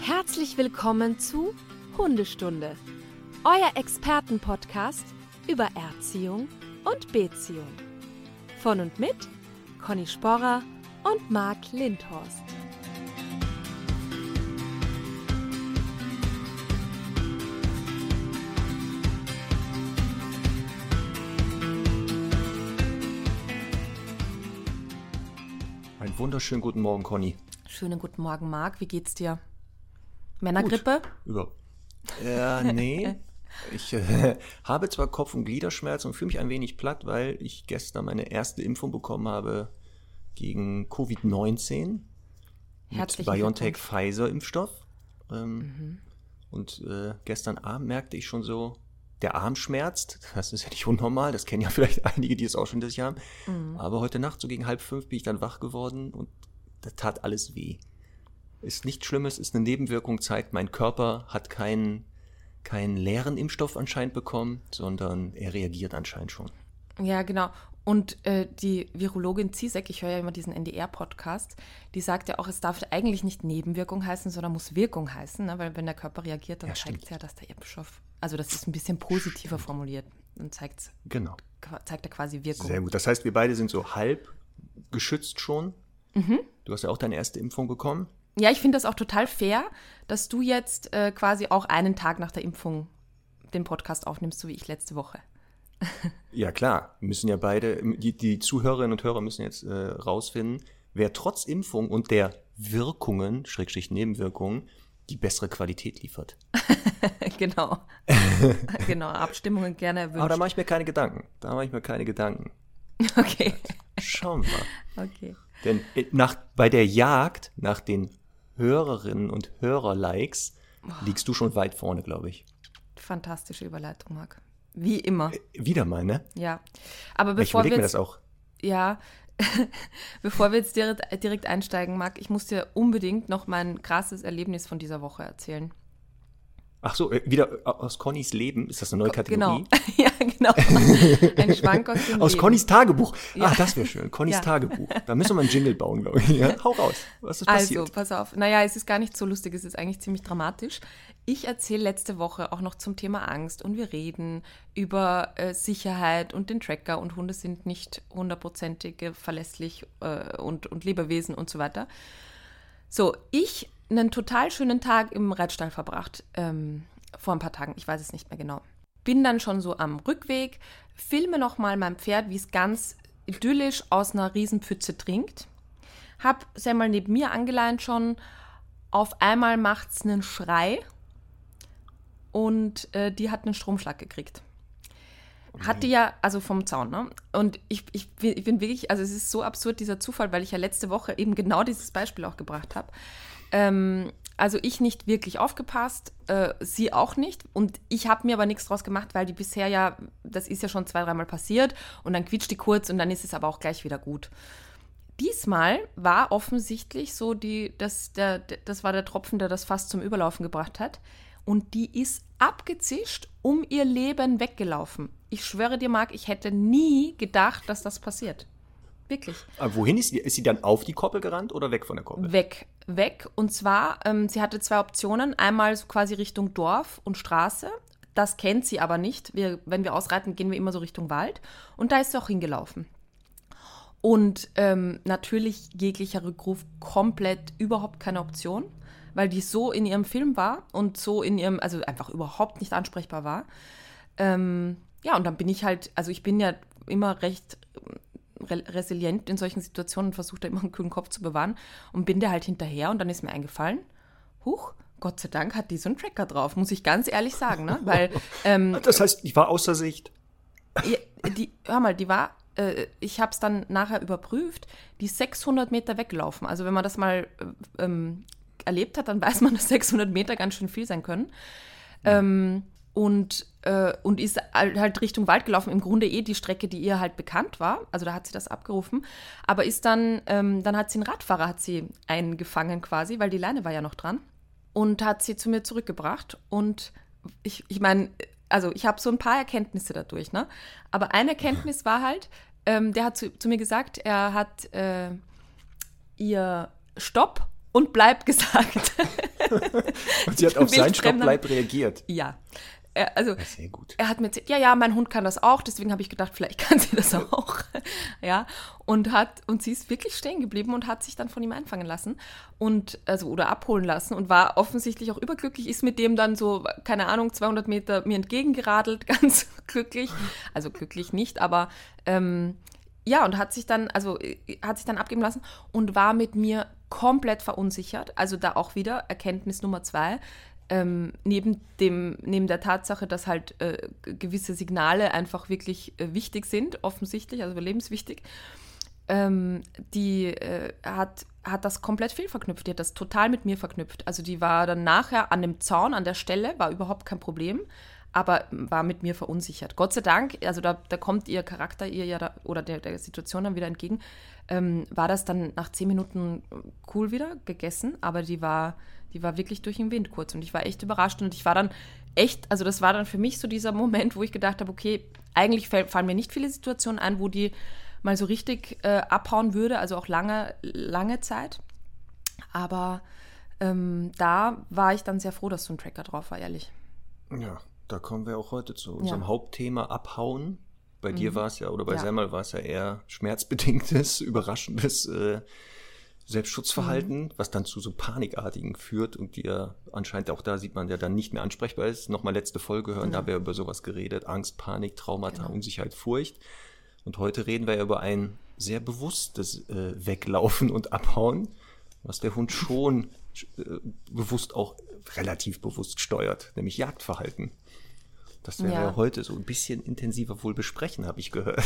Herzlich willkommen zu Hundestunde, euer Expertenpodcast über Erziehung und Beziehung. Von und mit Conny Sporrer und Marc Lindhorst. Einen wunderschönen guten Morgen, Conny. Schönen guten Morgen, Marc. Wie geht's dir? Männergrippe? Nee. Ich habe zwar Kopf- und Gliederschmerzen und fühle mich ein wenig platt, weil ich gestern meine erste Impfung bekommen habe gegen Covid-19 mit BioNTech-Pfizer-Impfstoff. Und gestern Abend merkte ich schon so, der Arm schmerzt. Das ist ja nicht unnormal, das kennen ja vielleicht einige, die es auch schon das Jahr haben. Aber heute Nacht, so gegen 4:30, bin ich dann wach geworden und da tat alles weh. Ist nichts Schlimmes, ist eine Nebenwirkung, zeigt, mein Körper hat keinen leeren Impfstoff anscheinend bekommen, sondern er reagiert anscheinend schon. Ja, genau. Und die Virologin Ziesek, ich höre ja immer diesen NDR-Podcast, die sagt ja auch, es darf eigentlich nicht Nebenwirkung heißen, sondern muss Wirkung heißen, ne? Weil wenn der Körper reagiert, dann zeigt es ja, dass der Impfstoff, also das ist ein bisschen positiver formuliert, dann zeigt er quasi Wirkung. Sehr gut, das heißt, wir beide sind so halb geschützt schon. Du hast ja auch deine erste Impfung bekommen. Ja, ich finde das auch total fair, dass du jetzt quasi auch einen Tag nach der Impfung den Podcast aufnimmst, so wie ich letzte Woche. Ja, klar. Wir müssen ja beide, die Zuhörerinnen und Hörer müssen jetzt rausfinden, wer trotz Impfung und der Wirkungen, / Nebenwirkungen, die bessere Qualität liefert. Genau. Genau, Abstimmungen gerne erwünscht. Aber da mache ich mir keine Gedanken. Okay. Schauen wir mal. Okay. Denn bei der Jagd nach den Hörerinnen und Hörer-Likes liegst du schon weit vorne, glaube ich. Fantastische Überleitung, Marc. Wie immer. Wieder mal, ne? Ja. Aber ich überlege mir das auch. Ja, bevor wir jetzt direkt einsteigen, Marc, ich muss dir unbedingt noch mein krasses Erlebnis von dieser Woche erzählen. Ach so, wieder aus Connys Leben? Ist das eine neue Kategorie? Genau, ja, genau. Ein Schwank aus dem Aus Leben. Connys Tagebuch. Ja. Ach, das wäre schön. Connys Tagebuch. Da müssen wir einen Jingle bauen, glaube ich. Ja, hau raus. Was ist passiert? Also, pass auf. Naja, es ist gar nicht so lustig. Es ist eigentlich ziemlich dramatisch. Ich erzähle letzte Woche auch noch zum Thema Angst und wir reden über Sicherheit und den Tracker und Hunde sind nicht 100% verlässlich und Lebewesen und so weiter. So, ich einen total schönen Tag im Reitstall verbracht, vor ein paar Tagen, ich weiß es nicht mehr genau. Bin dann schon so am Rückweg, filme nochmal mein Pferd, wie es ganz idyllisch aus einer Riesenpfütze trinkt. Hab es einmal neben mir angeleint schon, auf einmal macht es einen Schrei und die hat einen Stromschlag gekriegt. Hatte ja, also vom Zaun, ne? Und ich bin wirklich, also es ist so absurd, dieser Zufall, weil ich ja letzte Woche eben genau dieses Beispiel auch gebracht habe. Also ich nicht wirklich aufgepasst, sie auch nicht. Und ich habe mir aber nichts draus gemacht, weil die bisher ja, das ist ja schon 2-3 Mal passiert und dann quietscht die kurz und dann ist es aber auch gleich wieder gut. Diesmal war offensichtlich so, das war der Tropfen, der das fast zum Überlaufen gebracht hat. Und die ist abgezischt, um ihr Leben weggelaufen. Ich schwöre dir, Marc, ich hätte nie gedacht, dass das passiert. Wirklich. Aber wohin ist sie? Ist sie dann auf die Koppel gerannt oder weg von der Koppel? Weg. Und zwar, sie hatte 2 Optionen. Einmal so quasi Richtung Dorf und Straße. Das kennt sie aber nicht. Wenn wir ausreiten, gehen wir immer so Richtung Wald. Und da ist sie auch hingelaufen. Und natürlich jeglicher Rückruf komplett überhaupt keine Option, weil die so in ihrem Film war und so in ihrem, also einfach überhaupt nicht ansprechbar war. Ja, und dann bin ich halt, also ich bin ja immer recht resilient in solchen Situationen und versuche da immer einen kühlen Kopf zu bewahren und bin der halt hinterher und dann ist mir eingefallen, Gott sei Dank hat die so einen Tracker drauf, muss ich ganz ehrlich sagen, ne? Weil, das heißt, die war außer Sicht? Hör mal, die war, ich habe es dann nachher überprüft, die 600 Meter weggelaufen. Also wenn man das mal erlebt hat, dann weiß man, dass 600 Meter ganz schön viel sein können. Und ist halt Richtung Wald gelaufen, im Grunde die Strecke, die ihr halt bekannt war, also da hat sie das abgerufen, aber ist dann hat sie einen Radfahrer, hat sie eingefangen quasi, weil die Leine war ja noch dran und hat sie zu mir zurückgebracht und ich meine, also ich habe so ein paar Erkenntnisse dadurch, ne, aber eine Erkenntnis war halt, der hat zu mir gesagt, er hat ihr Stopp und bleib gesagt. Und sie hat auf sein Stopp, bleib reagiert. Ja. Also, sehr gut. Er hat mir erzählt, ja, mein Hund kann das auch, deswegen habe ich gedacht, vielleicht kann sie das auch. Ja, und sie ist wirklich stehen geblieben und hat sich dann von ihm einfangen lassen oder abholen lassen und war offensichtlich auch überglücklich, ist mit dem dann so, keine Ahnung, 200 Meter mir entgegengeradelt, ganz glücklich. Also glücklich nicht, aber ja, und hat sich dann abgeben lassen und war mit mir komplett verunsichert. Also da auch wieder Erkenntnis Nummer 2. Neben der Tatsache, dass halt gewisse Signale einfach wirklich wichtig sind, offensichtlich, also überlebenswichtig, die hat das komplett fehlverknüpft, die hat das total mit mir verknüpft. Also die war dann nachher an dem Zaun, an der Stelle, war überhaupt kein Problem, aber war mit mir verunsichert. Gott sei Dank, also da kommt ihr Charakter ihr ja oder der Situation dann wieder entgegen, war das dann nach 10 Minuten cool wieder gegessen, aber die war wirklich durch den Wind kurz und ich war echt überrascht und ich war dann echt, also das war dann für mich so dieser Moment, wo ich gedacht habe, okay, eigentlich fallen mir nicht viele Situationen ein, wo die mal so richtig abhauen würde, also auch lange Zeit, aber da war ich dann sehr froh, dass so ein Tracker drauf war, ehrlich. Ja, da kommen wir auch heute zu unserem Hauptthema Abhauen. Bei dir war es ja, oder bei Semmel war es ja eher schmerzbedingtes, überraschendes Selbstschutzverhalten, was dann zu so panikartigen führt und die ja anscheinend auch da sieht man ja dann nicht mehr ansprechbar ist. Nochmal letzte Folge hören, da haben wir über sowas geredet. Angst, Panik, Traumata, Unsicherheit, Furcht. Und heute reden wir ja über ein sehr bewusstes Weglaufen und Abhauen, was der Hund schon bewusst auch relativ bewusst steuert, nämlich Jagdverhalten. Das werden wir heute so ein bisschen intensiver wohl besprechen, habe ich gehört.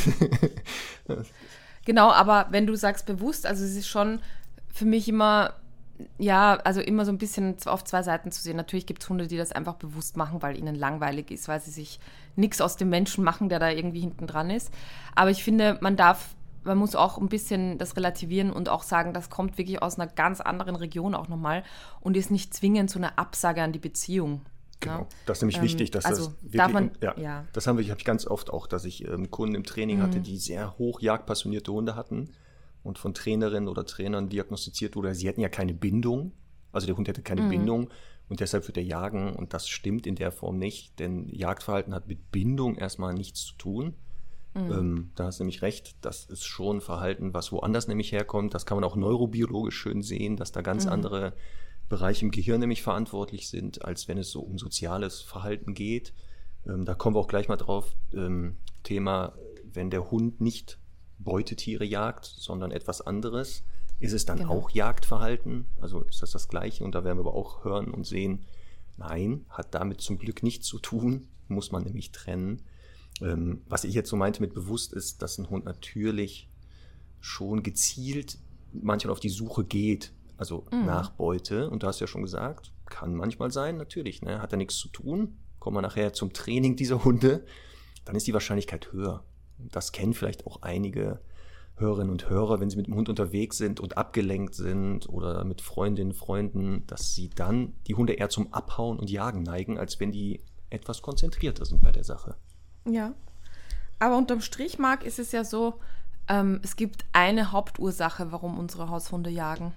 Genau, aber wenn du sagst bewusst, also es ist schon für mich immer, also immer so ein bisschen auf 2 Seiten zu sehen. Natürlich gibt es Hunde, die das einfach bewusst machen, weil ihnen langweilig ist, weil sie sich nichts aus dem Menschen machen, der da irgendwie hinten dran ist. Aber ich finde, man muss auch ein bisschen das relativieren und auch sagen, das kommt wirklich aus einer ganz anderen Region auch nochmal und ist nicht zwingend so eine Absage an die Beziehung. Genau, das ist nämlich wichtig, dass das wirklich, das habe ich ganz oft auch, dass ich Kunden im Training hatte, die sehr hoch jagdpassionierte Hunde hatten und von Trainerinnen oder Trainern diagnostiziert wurde, sie hätten ja keine Bindung, also der Hund hätte keine Bindung und deshalb wird er jagen und das stimmt in der Form nicht, denn Jagdverhalten hat mit Bindung erstmal nichts zu tun. Da hast du nämlich recht, das ist schon Verhalten, was woanders nämlich herkommt, das kann man auch neurobiologisch schön sehen, dass da ganz andere Bereiche im Gehirn nämlich verantwortlich sind, als wenn es so um soziales Verhalten geht. Da kommen wir auch gleich mal drauf. Thema, wenn der Hund nicht Beutetiere jagt, sondern etwas anderes, ist es dann auch Jagdverhalten? Also ist das Gleiche? Und da werden wir aber auch hören und sehen, nein, hat damit zum Glück nichts zu tun, muss man nämlich trennen. Was ich jetzt so meinte mit bewusst ist, dass ein Hund natürlich schon gezielt manchmal auf die Suche geht, also nach Beute. Und du hast ja schon gesagt, kann manchmal sein, natürlich. Ne? Hat er nichts zu tun, kommen wir nachher zum Training dieser Hunde, dann ist die Wahrscheinlichkeit höher. Und das kennen vielleicht auch einige Hörerinnen und Hörer, wenn sie mit dem Hund unterwegs sind und abgelenkt sind oder mit Freundinnen, Freunden, dass sie dann die Hunde eher zum Abhauen und Jagen neigen, als wenn die etwas konzentrierter sind bei der Sache. Ja, aber unterm Strich, Marc, ist es ja so, es gibt eine Hauptursache, warum unsere Haushunde jagen.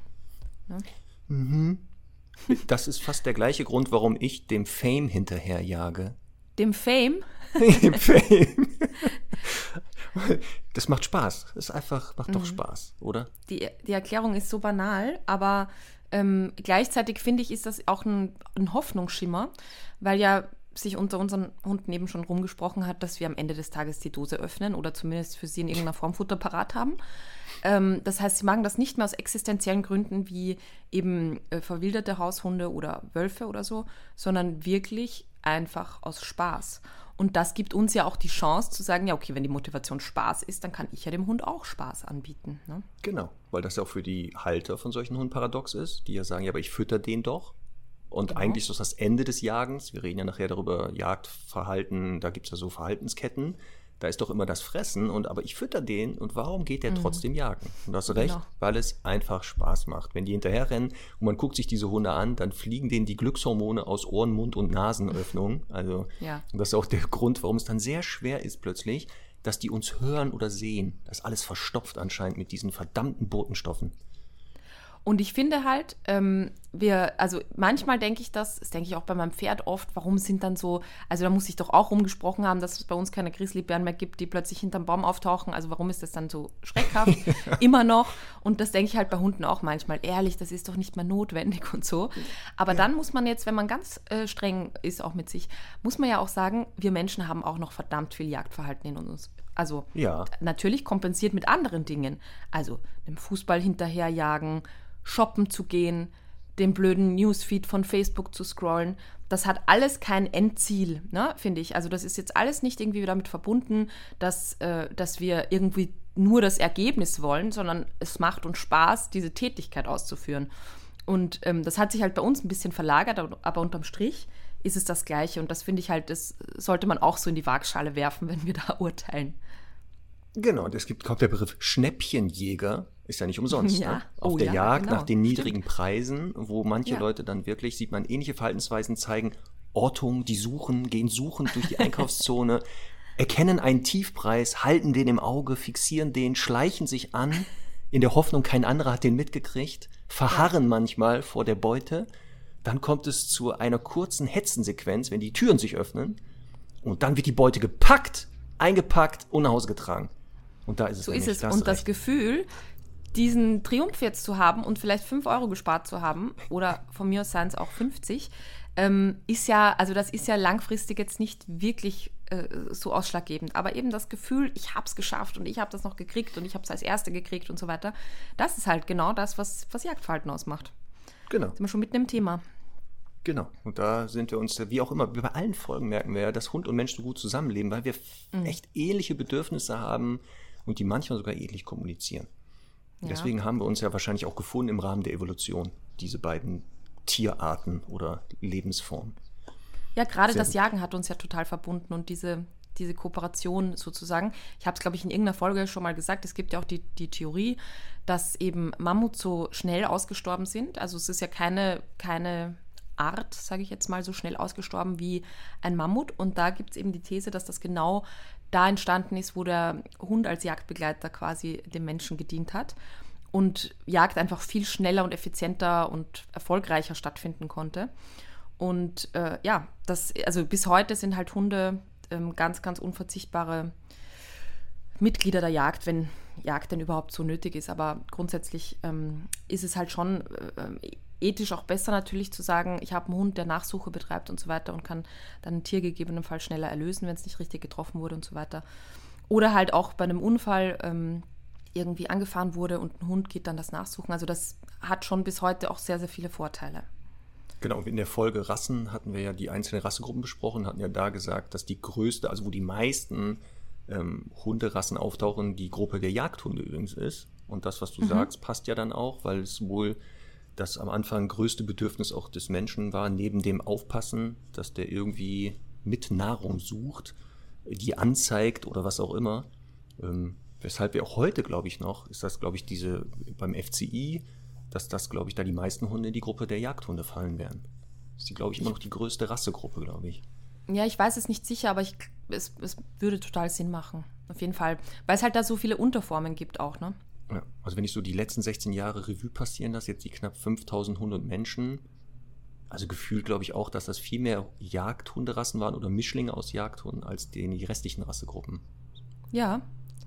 Ne? Das ist fast der gleiche Grund, warum ich dem Fame hinterherjage. Dem Fame? Dem Fame. Das macht Spaß. Das macht doch Spaß, oder? Die Erklärung ist so banal, aber gleichzeitig finde ich, ist das auch ein Hoffnungsschimmer, weil ja sich unter unseren Hunden eben schon rumgesprochen hat, dass wir am Ende des Tages die Dose öffnen oder zumindest für sie in irgendeiner Form Futter parat haben. Das heißt, sie machen das nicht mehr aus existenziellen Gründen wie eben verwilderte Haushunde oder Wölfe oder so, sondern wirklich einfach aus Spaß. Und das gibt uns ja auch die Chance zu sagen, ja okay, wenn die Motivation Spaß ist, dann kann ich ja dem Hund auch Spaß anbieten. Ne? Genau, weil das ja auch für die Halter von solchen Hunden paradox ist, die ja sagen, ja, aber ich fütter den doch. Und eigentlich ist das das Ende des Jagens. Wir reden ja nachher darüber, Jagdverhalten, da gibt es ja so Verhaltensketten. Da ist doch immer das Fressen, aber ich fütter den und warum geht der trotzdem jagen? Und du hast recht, weil es einfach Spaß macht. Wenn die hinterher rennen und man guckt sich diese Hunde an, dann fliegen denen die Glückshormone aus Ohren, Mund und Nasenöffnung. Also und das ist auch der Grund, warum es dann sehr schwer ist plötzlich, dass die uns hören oder sehen. Das ist alles verstopft anscheinend mit diesen verdammten Botenstoffen. Und ich finde halt, also manchmal denke ich das denke ich auch bei meinem Pferd oft, warum sind dann so, also da muss ich doch auch rumgesprochen haben, dass es bei uns keine Grizzlybären mehr gibt, die plötzlich hinterm Baum auftauchen, also warum ist das dann so schreckhaft, immer noch? Und das denke ich halt bei Hunden auch manchmal, ehrlich, das ist doch nicht mehr notwendig und so. Aber dann muss man jetzt, wenn man ganz streng ist auch mit sich, muss man ja auch sagen, wir Menschen haben auch noch verdammt viel Jagdverhalten in uns. Also natürlich kompensiert mit anderen Dingen, also dem Fußball hinterherjagen, shoppen zu gehen, den blöden Newsfeed von Facebook zu scrollen, das hat alles kein Endziel, ne, finde ich. Also das ist jetzt alles nicht irgendwie damit verbunden, dass wir irgendwie nur das Ergebnis wollen, sondern es macht uns Spaß, diese Tätigkeit auszuführen. Und das hat sich halt bei uns ein bisschen verlagert, aber unterm Strich ist es das Gleiche. Und das finde ich halt, das sollte man auch so in die Waagschale werfen, wenn wir da urteilen. Genau, und kommt der Begriff Schnäppchenjäger, ist ja nicht umsonst, Ja. ne? Auf der Jagd genau. nach den niedrigen Stimmt. Preisen, wo manche Leute dann wirklich, sieht man, ähnliche Verhaltensweisen zeigen, Ortung, die gehen suchend durch die Einkaufszone, erkennen einen Tiefpreis, halten den im Auge, fixieren den, schleichen sich an, in der Hoffnung, kein anderer hat den mitgekriegt, verharren manchmal vor der Beute, dann kommt es zu einer kurzen Hetzensequenz, wenn die Türen sich öffnen, und dann wird die Beute gepackt, eingepackt und nach Hause getragen. Und da ist es So nämlich, ist es. da hast Und du das recht. Gefühl, diesen Triumph jetzt zu haben und vielleicht 5 Euro gespart zu haben, oder von mir aus seien es auch 50, ist ja, also das ist ja langfristig jetzt nicht wirklich so ausschlaggebend. Aber eben das Gefühl, ich habe es geschafft und ich habe das noch gekriegt und ich habe es als Erste gekriegt und so weiter, das ist halt genau das, was Jagdverhalten ausmacht. Genau. Sind wir schon mitten im Thema. Genau. Und da sind wir uns, wie auch immer, bei allen Folgen merken wir ja, dass Hund und Mensch so gut zusammenleben, weil wir echt ähnliche Bedürfnisse haben und die manchmal sogar ähnlich kommunizieren. Ja. Deswegen haben wir uns ja wahrscheinlich auch gefunden im Rahmen der Evolution, diese beiden Tierarten oder Lebensformen. Ja, gerade Sehr das gut. Jagen hat uns ja total verbunden und diese Kooperation sozusagen. Ich habe es, glaube ich, in irgendeiner Folge schon mal gesagt, es gibt ja auch die Theorie, dass eben Mammuts so schnell ausgestorben sind. Also es ist ja keine Art, sage ich jetzt mal, so schnell ausgestorben wie ein Mammut. Und da gibt es eben die These, dass das genau da entstanden ist, wo der Hund als Jagdbegleiter quasi dem Menschen gedient hat und Jagd einfach viel schneller und effizienter und erfolgreicher stattfinden konnte. Und also bis heute sind halt Hunde ganz, ganz unverzichtbare Mitglieder der Jagd, wenn Jagd denn überhaupt so nötig ist. Aber grundsätzlich ist es halt schon ethisch auch besser natürlich zu sagen, ich habe einen Hund, der Nachsuche betreibt und so weiter und kann dann ein Tier gegebenenfalls schneller erlösen, wenn es nicht richtig getroffen wurde und so weiter. Oder halt auch bei einem Unfall irgendwie angefahren wurde und ein Hund geht dann das nachsuchen. Also das hat schon bis heute auch sehr, sehr viele Vorteile. Genau, in der Folge Rassen hatten wir ja die einzelnen Rassegruppen besprochen, hatten ja da gesagt, dass die größte, also wo die meisten Hunderassen auftauchen, die Gruppe der Jagdhunde übrigens ist. Und das, was du sagst, passt ja dann auch, weil es wohl das am Anfang größte Bedürfnis auch des Menschen war, neben dem Aufpassen, dass der irgendwie mit Nahrung sucht, die anzeigt oder was auch immer. Weshalb wir auch heute, glaube ich, noch, ist das, glaube ich, beim FCI, dass das, glaube ich, da die meisten Hunde in die Gruppe der Jagdhunde fallen werden. Das ist die, glaube ich, immer noch die größte Rassegruppe, glaube ich. Ja, ich weiß es nicht sicher, aber es würde total Sinn machen. Auf jeden Fall. Weil es halt da so viele Unterformen gibt auch, ne? Ja, also wenn ich so die letzten 16 Jahre Revue passieren lasse, jetzt die knapp 5000 Hunde und Menschen, also gefühlt glaube ich auch, dass das viel mehr Jagdhunderassen waren oder Mischlinge aus Jagdhunden als die restlichen Rassegruppen. Ja.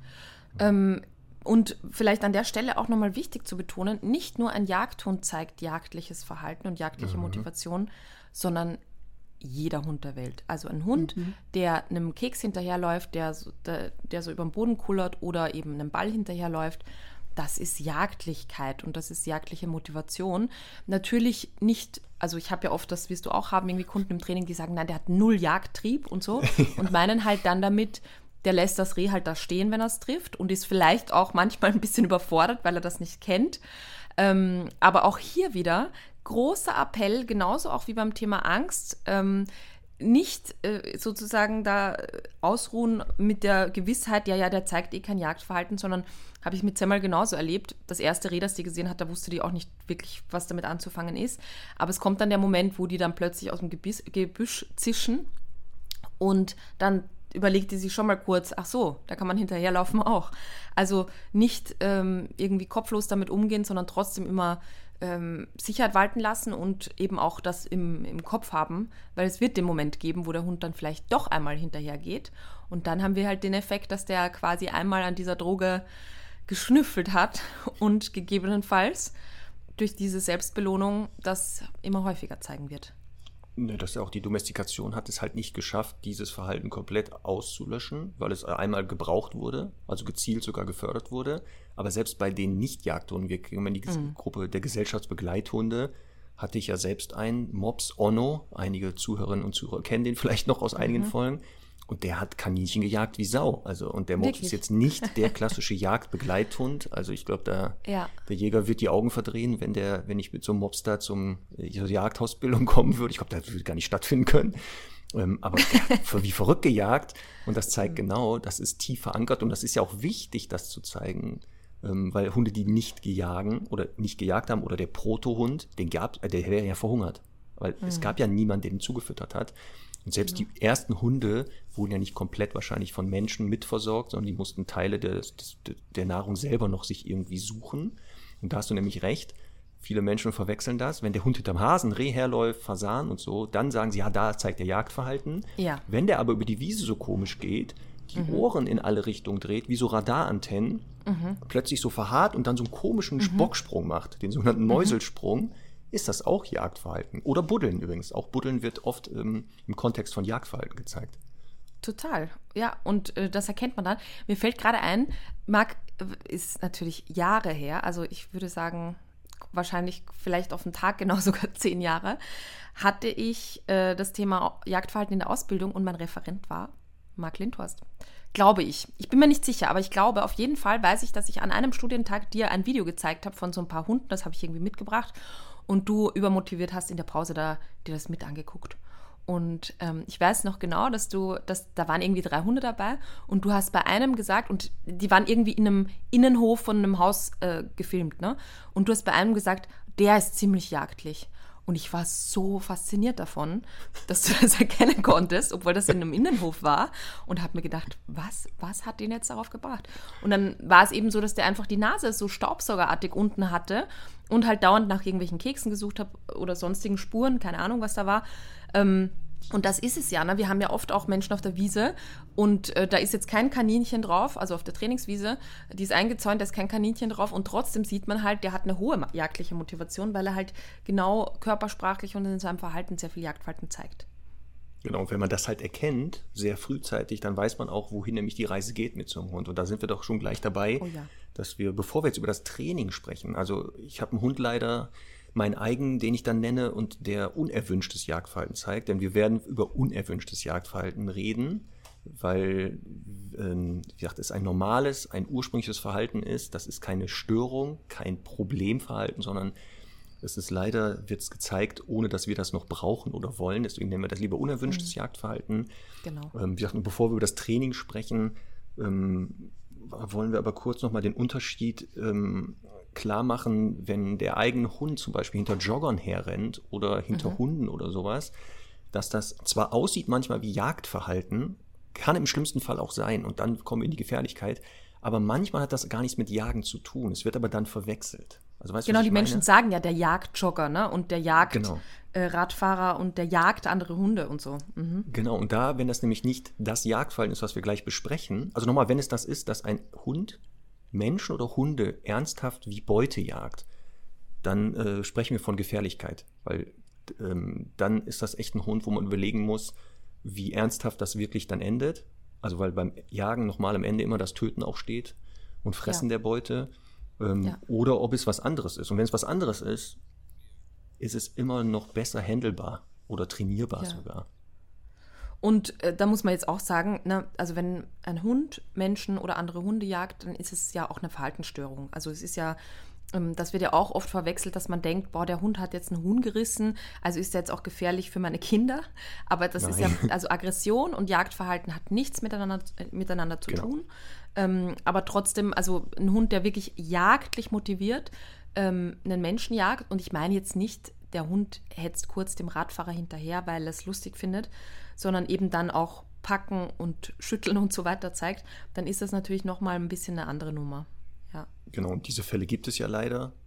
Und vielleicht an der Stelle auch nochmal wichtig zu betonen, nicht nur ein Jagdhund zeigt jagdliches Verhalten und jagdliche Motivation, sondern jeder Hund der Welt. Also ein Hund, der einem Keks hinterherläuft, der so über den Boden kullert oder eben einem Ball hinterherläuft, das ist Jagdlichkeit und das ist jagdliche Motivation. Natürlich nicht, also ich habe ja oft, das wirst du auch haben, irgendwie Kunden im Training, die sagen, nein, der hat null Jagdtrieb und so und meinen halt dann damit, der lässt das Reh halt da stehen, wenn er es trifft und ist vielleicht auch manchmal ein bisschen überfordert, weil er das nicht kennt. Aber auch hier wieder großer Appell, genauso auch wie beim Thema Angst, nicht sozusagen da ausruhen mit der Gewissheit, ja, der zeigt eh kein Jagdverhalten, sondern habe ich mit Semmel genauso erlebt. Das erste Reh, das die gesehen hat, da wusste die auch nicht wirklich, was damit anzufangen ist. Aber es kommt dann der Moment, wo die dann plötzlich aus dem Gebüsch zischen und dann überlegt die sich schon mal kurz, ach so, da kann man hinterherlaufen auch. Also nicht irgendwie kopflos damit umgehen, sondern trotzdem immer Sicherheit walten lassen und eben auch das im Kopf haben, weil es wird den Moment geben, wo der Hund dann vielleicht doch einmal hinterher geht. Und dann haben wir halt den Effekt, dass der quasi einmal an dieser Droge geschnüffelt hat und gegebenenfalls durch diese Selbstbelohnung das immer häufiger zeigen wird. Ne, dass auch die Domestikation hat es halt nicht geschafft, dieses Verhalten komplett auszulöschen, weil es einmal gebraucht wurde, also gezielt sogar gefördert wurde. Aber selbst bei den Nicht-Jagdhunden, wir gehen in die Gruppe der Gesellschaftsbegleithunde, hatte ich ja selbst einen Mops Onno. Einige Zuhörerinnen und Zuhörer kennen den vielleicht noch aus einigen Folgen. Und der hat Kaninchen gejagt wie Sau. Also, und der Mops ist jetzt nicht der klassische Jagdbegleithund. Also ich glaube, der Jäger wird die Augen verdrehen, wenn ich mit so einem Mops da zur Jagdhausbildung kommen würde. Ich glaube, das würde gar nicht stattfinden können. Aber der hat wie verrückt gejagt. Und das zeigt genau, das ist tief verankert. Und das ist ja auch wichtig, das zu zeigen. Weil Hunde, die nicht gejagt haben, oder der Protohund, der wäre ja verhungert. Weil es gab ja niemanden, der ihn zugefüttert hat. Und selbst die ersten Hunde wurden ja nicht komplett wahrscheinlich von Menschen mitversorgt, sondern die mussten Teile der Nahrung selber noch sich irgendwie suchen. Und da hast du nämlich recht, viele Menschen verwechseln das. Wenn der Hund hinterm Hasen, Reh herläuft, Fasan und so, dann sagen sie, ja, da zeigt der Jagdverhalten. Ja. Wenn der aber über die Wiese so komisch geht, die Ohren in alle Richtungen dreht, wie so Radarantennen, plötzlich so verharrt und dann so einen komischen Bocksprung macht, den sogenannten Mäuselsprung, ist das auch Jagdverhalten. Oder Buddeln übrigens. Auch Buddeln wird oft im Kontext von Jagdverhalten gezeigt. Total, ja. Und das erkennt man dann. Mir fällt gerade ein, Marc, ist natürlich Jahre her, also ich würde sagen, wahrscheinlich vielleicht auf den Tag genau sogar 10 Jahre, hatte ich das Thema Jagdverhalten in der Ausbildung und mein Referent war Marc Lindhorst. Glaube ich. Ich bin mir nicht sicher, aber ich glaube, auf jeden Fall weiß ich, dass ich an einem Studientag dir ein Video gezeigt habe von so ein paar Hunden, das habe ich irgendwie mitgebracht und du übermotiviert hast in der Pause dir das mit angeguckt. Und ich weiß noch genau, da waren irgendwie 3 Hunde dabei und du hast bei einem gesagt, und die waren irgendwie in einem Innenhof von einem Haus gefilmt, ne? Und du hast bei einem gesagt, der ist ziemlich jagdlich. Und ich war so fasziniert davon, dass du das erkennen konntest, obwohl das in einem Innenhof war. Und habe mir gedacht, was hat den jetzt darauf gebracht? Und dann war es eben so, dass der einfach die Nase so staubsaugerartig unten hatte und halt dauernd nach irgendwelchen Keksen gesucht hat oder sonstigen Spuren, keine Ahnung, was da war. Und das ist es ja, ne? Wir haben ja oft auch Menschen auf der Wiese und da ist jetzt kein Kaninchen drauf, also auf der Trainingswiese, die ist eingezäunt, da ist kein Kaninchen drauf und trotzdem sieht man halt, der hat eine hohe jagdliche Motivation, weil er halt genau körpersprachlich und in seinem Verhalten sehr viel Jagdverhalten zeigt. Genau, und wenn man das halt erkennt, sehr frühzeitig, dann weiß man auch, wohin nämlich die Reise geht mit so einem Hund. Und da sind wir doch schon gleich dabei, dass wir, bevor wir jetzt über das Training sprechen, also ich habe einen Hund leider, meinen eigenen, den ich dann nenne und der unerwünschtes Jagdverhalten zeigt. Denn wir werden über unerwünschtes Jagdverhalten reden, weil, wie gesagt, es ein normales, ein ursprüngliches Verhalten ist. Das ist keine Störung, kein Problemverhalten, sondern es ist leider, wird es gezeigt, ohne dass wir das noch brauchen oder wollen. Deswegen nennen wir das lieber unerwünschtes Jagdverhalten. Genau. Wie gesagt, und bevor wir über das Training sprechen, wollen wir aber kurz nochmal den Unterschied klar machen, wenn der eigene Hund zum Beispiel hinter Joggern herrennt oder hinter Hunden oder sowas, dass das zwar aussieht manchmal wie Jagdverhalten, kann im schlimmsten Fall auch sein und dann kommen wir in die Gefährlichkeit, aber manchmal hat das gar nichts mit Jagen zu tun. Es wird aber dann verwechselt. Also, weißt genau, du, die Menschen sagen ja der Jagdjogger, ne? Und der Jagdradfahrer und der jagt andere Hunde und so. Mhm. Genau, und da, wenn das nämlich nicht das Jagdverhalten ist, was wir gleich besprechen, also nochmal, wenn es das ist, dass ein Hund Menschen oder Hunde ernsthaft wie Beute jagt, dann sprechen wir von Gefährlichkeit, weil dann ist das echt ein Hund, wo man überlegen muss, wie ernsthaft das wirklich dann endet. Also weil beim Jagen nochmal am Ende immer das Töten auch steht und Fressen der Beute oder ob es was anderes ist. Und wenn es was anderes ist, ist es immer noch besser handelbar oder trainierbar sogar. Und da muss man jetzt auch sagen, ne, also wenn ein Hund Menschen oder andere Hunde jagt, dann ist es ja auch eine Verhaltensstörung. Also es ist ja, das wird ja auch oft verwechselt, dass man denkt, boah, der Hund hat jetzt einen Huhn gerissen, also ist der jetzt auch gefährlich für meine Kinder. Aber das ist ja, also Aggression und Jagdverhalten hat nichts miteinander zu tun. Aber trotzdem, also ein Hund, der wirklich jagdlich motiviert, einen Menschen jagt, und ich meine jetzt nicht, der Hund hetzt kurz dem Radfahrer hinterher, weil er es lustig findet, sondern eben dann auch packen und schütteln und so weiter zeigt, dann ist das natürlich nochmal ein bisschen eine andere Nummer. Ja. Genau, und diese Fälle gibt es ja leider.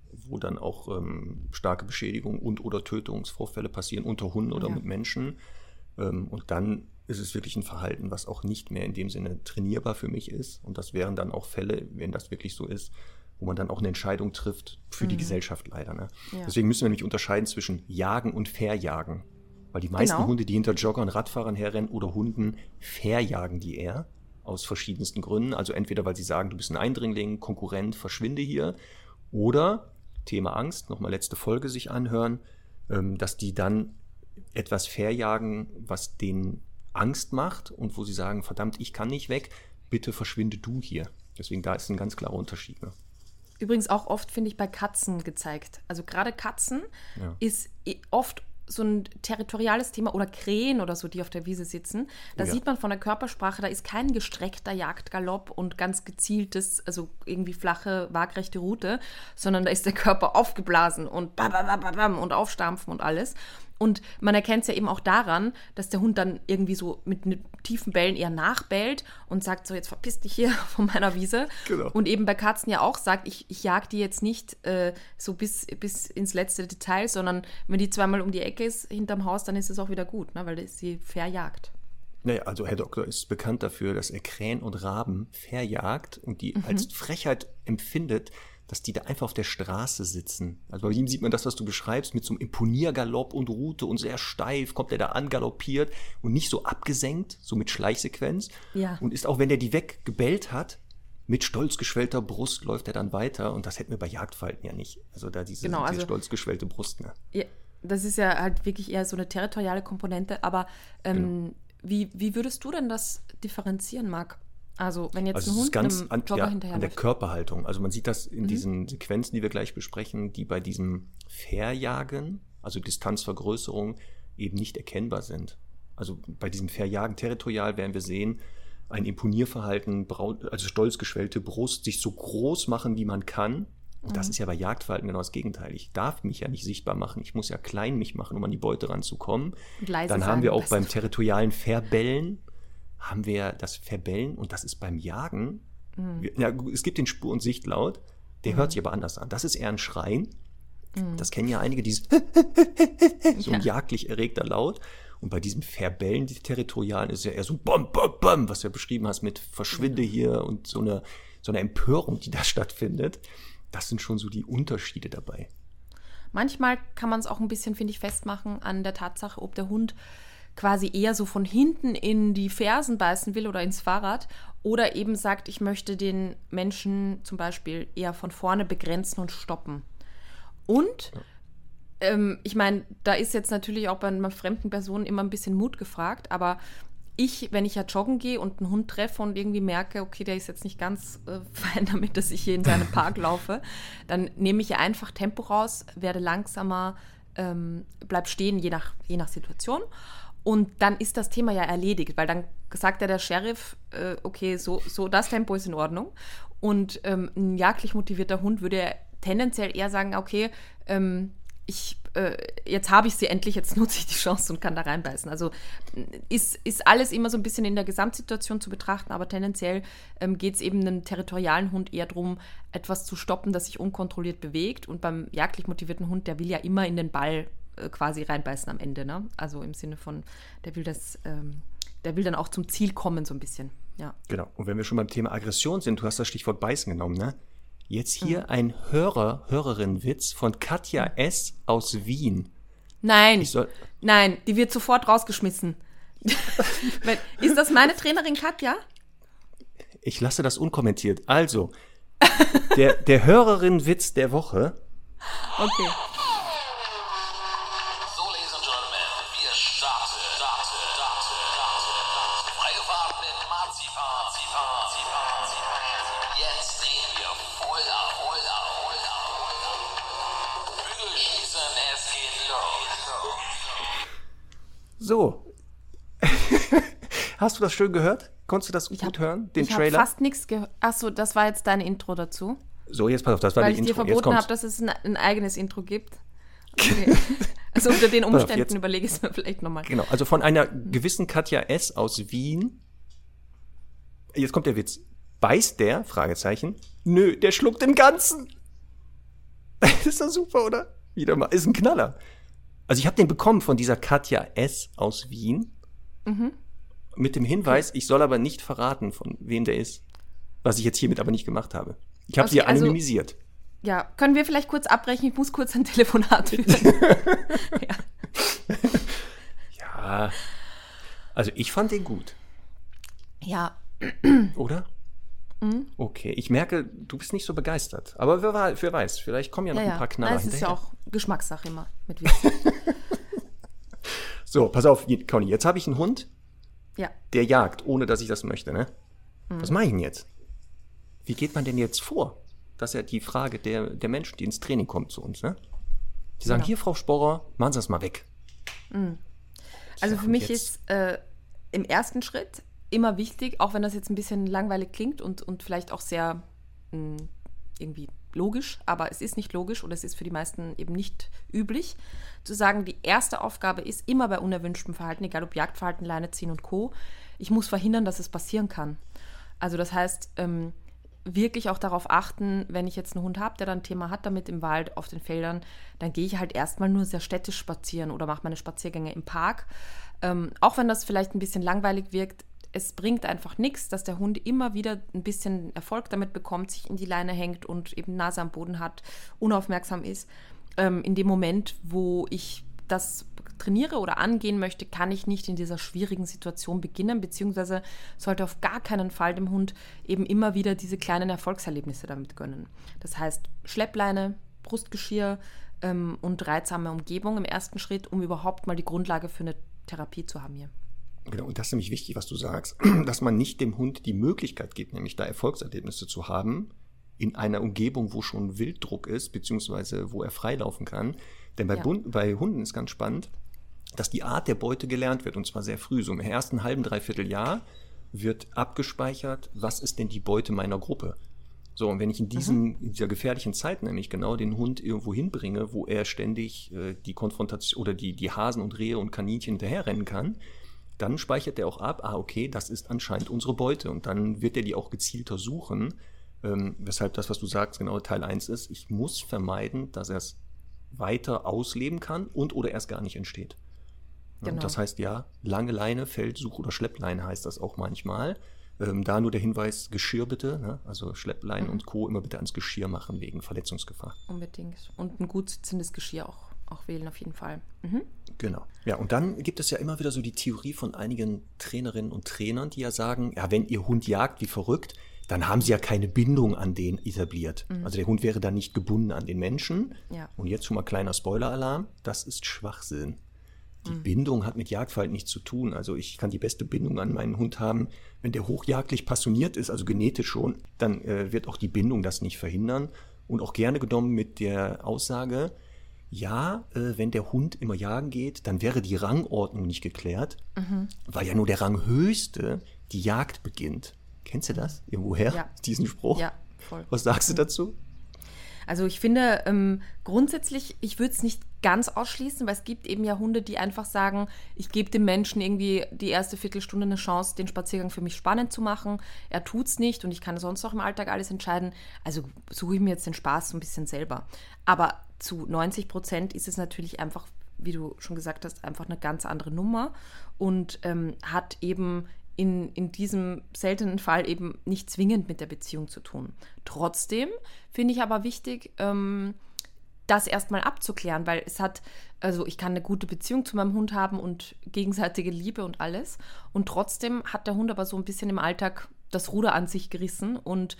wo dann auch starke Beschädigungen und oder Tötungsvorfälle passieren unter Hunden oder mit Menschen. Und dann ist es wirklich ein Verhalten, was auch nicht mehr in dem Sinne trainierbar für mich ist. Und das wären dann auch Fälle, wenn das wirklich so ist, wo man dann auch eine Entscheidung trifft für die Gesellschaft leider. Ne? Ja. Deswegen müssen wir nämlich unterscheiden zwischen Jagen und Verjagen. Weil die meisten Hunde, die hinter Joggern, Radfahrern herrennen oder Hunden, verjagen die eher aus verschiedensten Gründen. Also entweder, weil sie sagen, du bist ein Eindringling, Konkurrent, verschwinde hier. Oder, Thema Angst, nochmal letzte Folge sich anhören, dass die dann etwas verjagen, was denen Angst macht und wo sie sagen, verdammt, ich kann nicht weg, bitte verschwinde du hier. Deswegen da ist ein ganz klarer Unterschied. Ne? Übrigens auch oft, finde ich, bei Katzen gezeigt. Also gerade Katzen ist oft so ein territoriales Thema oder Krähen oder so, die auf der Wiese sitzen. Da sieht man von der Körpersprache, da ist kein gestreckter Jagdgalopp und ganz gezieltes, also irgendwie flache, waagrechte Route, sondern da ist der Körper aufgeblasen und bam, bam, bam, bam und aufstampfen und alles. Und man erkennt es ja eben auch daran, dass der Hund dann irgendwie so mit tiefen Bellen eher nachbellt und sagt so, jetzt verpiss dich hier von meiner Wiese. Genau. Und eben bei Katzen ja auch sagt, ich jag die jetzt nicht so bis ins letzte Detail, sondern wenn die zweimal um die Ecke ist hinterm Haus, dann ist es auch wieder gut, ne? Weil da ist sie verjagt. Naja, also Herr Doktor ist bekannt dafür, dass er Krähen und Raben verjagt und die als Frechheit empfindet, dass die da einfach auf der Straße sitzen. Also bei ihm sieht man das, was du beschreibst, mit so einem Imponiergalopp und Route und sehr steif kommt er da angaloppiert und nicht so abgesenkt, so mit Schleichsequenz. Ja. Und ist auch, wenn er die weggebellt hat, mit stolz geschwellter Brust läuft er dann weiter und das hätten wir bei Jagdverhalten ja nicht. Also da diese sehr stolz geschwellte Brust. Ne? Ja, das ist ja halt wirklich eher so eine territoriale Komponente, aber wie würdest du denn das differenzieren, Marc? Also wenn jetzt ein Hund einem Jogger hinterherläuft. An der Körperhaltung. Also man sieht das in diesen Sequenzen, die wir gleich besprechen, die bei diesem Verjagen, also Distanzvergrößerung, eben nicht erkennbar sind. Also bei diesem Verjagen territorial werden wir sehen, ein Imponierverhalten, also stolz geschwellte Brust, sich so groß machen, wie man kann. Und das ist ja bei Jagdverhalten genau das Gegenteil. Ich darf mich ja nicht sichtbar machen. Ich muss ja klein mich machen, um an die Beute ranzukommen. Dann haben wir auch beim territorialen Verbellen haben wir das Verbellen und das ist beim Jagen, es gibt den Spur- und Sichtlaut, der hört sich aber anders an. Das ist eher ein Schreien. Das kennen ja einige, dieses so ein jagdlich erregter Laut. Und bei diesem Verbellen, die territorialen, ist ja eher so Bom, Bom, Bom, was du ja beschrieben hast mit Verschwinde hier und so eine Empörung, die da stattfindet. Das sind schon so die Unterschiede dabei. Manchmal kann man es auch ein bisschen, finde ich, festmachen an der Tatsache, ob der Hund quasi eher so von hinten in die Fersen beißen will oder ins Fahrrad oder eben sagt, ich möchte den Menschen zum Beispiel eher von vorne begrenzen und stoppen. Und ich meine, da ist jetzt natürlich auch bei einer fremden Person immer ein bisschen Mut gefragt, aber wenn ich ja joggen gehe und einen Hund treffe und irgendwie merke, okay, der ist jetzt nicht ganz fein damit, dass ich hier in seinem Park laufe, dann nehme ich ja einfach Tempo raus, werde langsamer, bleib stehen, je nach Situation. Und dann ist das Thema ja erledigt, weil dann sagt ja der Sheriff, okay, so das Tempo ist in Ordnung. Und ein jagdlich motivierter Hund würde ja tendenziell eher sagen, okay, jetzt habe ich sie endlich, jetzt nutze ich die Chance und kann da reinbeißen. Also ist alles immer so ein bisschen in der Gesamtsituation zu betrachten, aber tendenziell geht es eben einem territorialen Hund eher darum, etwas zu stoppen, das sich unkontrolliert bewegt. Und beim jagdlich motivierten Hund, der will ja immer in den Ball quasi reinbeißen am Ende, ne? Also im Sinne von, der will dann auch zum Ziel kommen, so ein bisschen, ja. Genau, und wenn wir schon beim Thema Aggression sind, du hast das Stichwort Beißen genommen, ne? Jetzt hier ein Hörerin-Witz von Katja S. aus Wien. Nein, die wird sofort rausgeschmissen. Ist das meine Trainerin Katja? Ich lasse das unkommentiert. Also, der Hörerin-Witz der Woche. Okay. So. Hast du das schön gehört? Konntest du das gut hören, den Trailer? Ich habe fast nichts gehört. Achso, das war jetzt dein Intro dazu? So, jetzt pass auf, das war die Intro. Weil ich dir verboten habe, dass es ein eigenes Intro gibt. Okay. Also unter den Umständen überlege ich es mir vielleicht nochmal. Genau, also von einer gewissen Katja S. aus Wien. Jetzt kommt der Witz. Beißt der? Fragezeichen. Nö, der schluckt den Ganzen. Das ist doch super, oder? Wieder mal. Ist ein Knaller. Also ich habe den bekommen von dieser Katja S. aus Wien. Mit dem Hinweis, ich soll aber nicht verraten, von wem der ist. Was ich jetzt hiermit aber nicht gemacht habe. Ich habe sie anonymisiert. Ja, können wir vielleicht kurz abbrechen? Ich muss kurz ein Telefonat führen. Ja. Also ich fand den gut. Ja. Oder? Okay, ich merke, du bist nicht so begeistert. Aber wer weiß, vielleicht kommen ja noch ein paar Knaller hinterher. Das ist ja auch Geschmackssache immer mit Witz. So, pass auf, Conny, jetzt habe ich einen Hund, der jagt, ohne dass ich das möchte, ne? Was mache ich denn jetzt? Wie geht man denn jetzt vor? Das ist ja die Frage der Menschen, die ins Training kommen zu uns, ne? Die sagen, hier, Frau Sporrer, machen Sie das mal weg. Also für mich ist im ersten Schritt immer wichtig, auch wenn das jetzt ein bisschen langweilig klingt und vielleicht auch sehr irgendwie logisch, aber es ist nicht logisch oder es ist für die meisten eben nicht üblich, zu sagen, die erste Aufgabe ist immer bei unerwünschtem Verhalten, egal ob Jagdverhalten, Leine ziehen und Co., ich muss verhindern, dass es passieren kann. Also das heißt, wirklich auch darauf achten, wenn ich jetzt einen Hund habe, der dann ein Thema hat damit im Wald, auf den Feldern, dann gehe ich halt erstmal nur sehr städtisch spazieren oder mache meine Spaziergänge im Park. Auch wenn das vielleicht ein bisschen langweilig wirkt, es bringt einfach nichts, dass der Hund immer wieder ein bisschen Erfolg damit bekommt, sich in die Leine hängt und eben Nase am Boden hat, unaufmerksam ist. In dem Moment, wo ich das trainiere oder angehen möchte, kann ich nicht in dieser schwierigen Situation beginnen, beziehungsweise sollte auf gar keinen Fall dem Hund eben immer wieder diese kleinen Erfolgserlebnisse damit gönnen. Das heißt, Schleppleine, Brustgeschirr und reizsame Umgebung im ersten Schritt, um überhaupt mal die Grundlage für eine Therapie zu haben hier. Genau, und das ist nämlich wichtig, was du sagst, dass man nicht dem Hund die Möglichkeit gibt, nämlich da Erfolgserlebnisse zu haben, in einer Umgebung, wo schon Wilddruck ist, beziehungsweise wo er freilaufen kann. Denn bei Hunden ist ganz spannend, dass die Art der Beute gelernt wird, und zwar sehr früh. So im ersten halben, dreiviertel Jahr wird abgespeichert, was ist denn die Beute meiner Gruppe. So, und wenn ich in dieser gefährlichen Zeit nämlich genau den Hund irgendwo hinbringe, wo er ständig die Konfrontation oder die Hasen und Rehe und Kaninchen hinterherrennen kann, dann speichert er auch ab, okay, das ist anscheinend unsere Beute. Und dann wird er die auch gezielter suchen, weshalb das, was du sagst, genau Teil 1 ist. Ich muss vermeiden, dass er es weiter ausleben kann und oder erst gar nicht entsteht. Genau. Das heißt lange Leine, Feldsuch- oder Schleppleine heißt das auch manchmal. Da nur der Hinweis, Geschirr bitte, ne? Also Schleppleine und Co. immer bitte ans Geschirr machen wegen Verletzungsgefahr. Unbedingt. Und ein gut sitzendes Geschirr auch wählen auf jeden Fall. Genau. Ja, und dann gibt es ja immer wieder so die Theorie von einigen Trainerinnen und Trainern, die ja sagen, wenn ihr Hund jagt wie verrückt, dann haben sie ja keine Bindung an den etabliert. Also der Hund wäre dann nicht gebunden an den Menschen. Ja. Und jetzt schon mal kleiner Spoiler-Alarm, das ist Schwachsinn. Die Bindung hat mit Jagdverhalten nichts zu tun. Also ich kann die beste Bindung an meinen Hund haben, wenn der hochjagdlich passioniert ist, also genetisch schon, dann wird auch die Bindung das nicht verhindern. Und auch gerne genommen mit der Aussage, wenn der Hund immer jagen geht, dann wäre die Rangordnung nicht geklärt, weil ja nur der Ranghöchste die Jagd beginnt. Kennst du das? Irgendwoher? Diesen Spruch? Ja, voll. Was sagst du dazu? Also ich finde grundsätzlich, ich würde es nicht ganz ausschließen, weil es gibt eben ja Hunde, die einfach sagen, ich gebe dem Menschen irgendwie die erste Viertelstunde eine Chance, den Spaziergang für mich spannend zu machen. Er tut's nicht und ich kann sonst auch im Alltag alles entscheiden. Also suche ich mir jetzt den Spaß so ein bisschen selber. Aber zu 90% ist es natürlich einfach, wie du schon gesagt hast, einfach eine ganz andere Nummer und hat eben in diesem seltenen Fall eben nicht zwingend mit der Beziehung zu tun. Trotzdem finde ich aber wichtig, das erstmal abzuklären, weil ich kann eine gute Beziehung zu meinem Hund haben und gegenseitige Liebe und alles und trotzdem hat der Hund aber so ein bisschen im Alltag das Ruder an sich gerissen und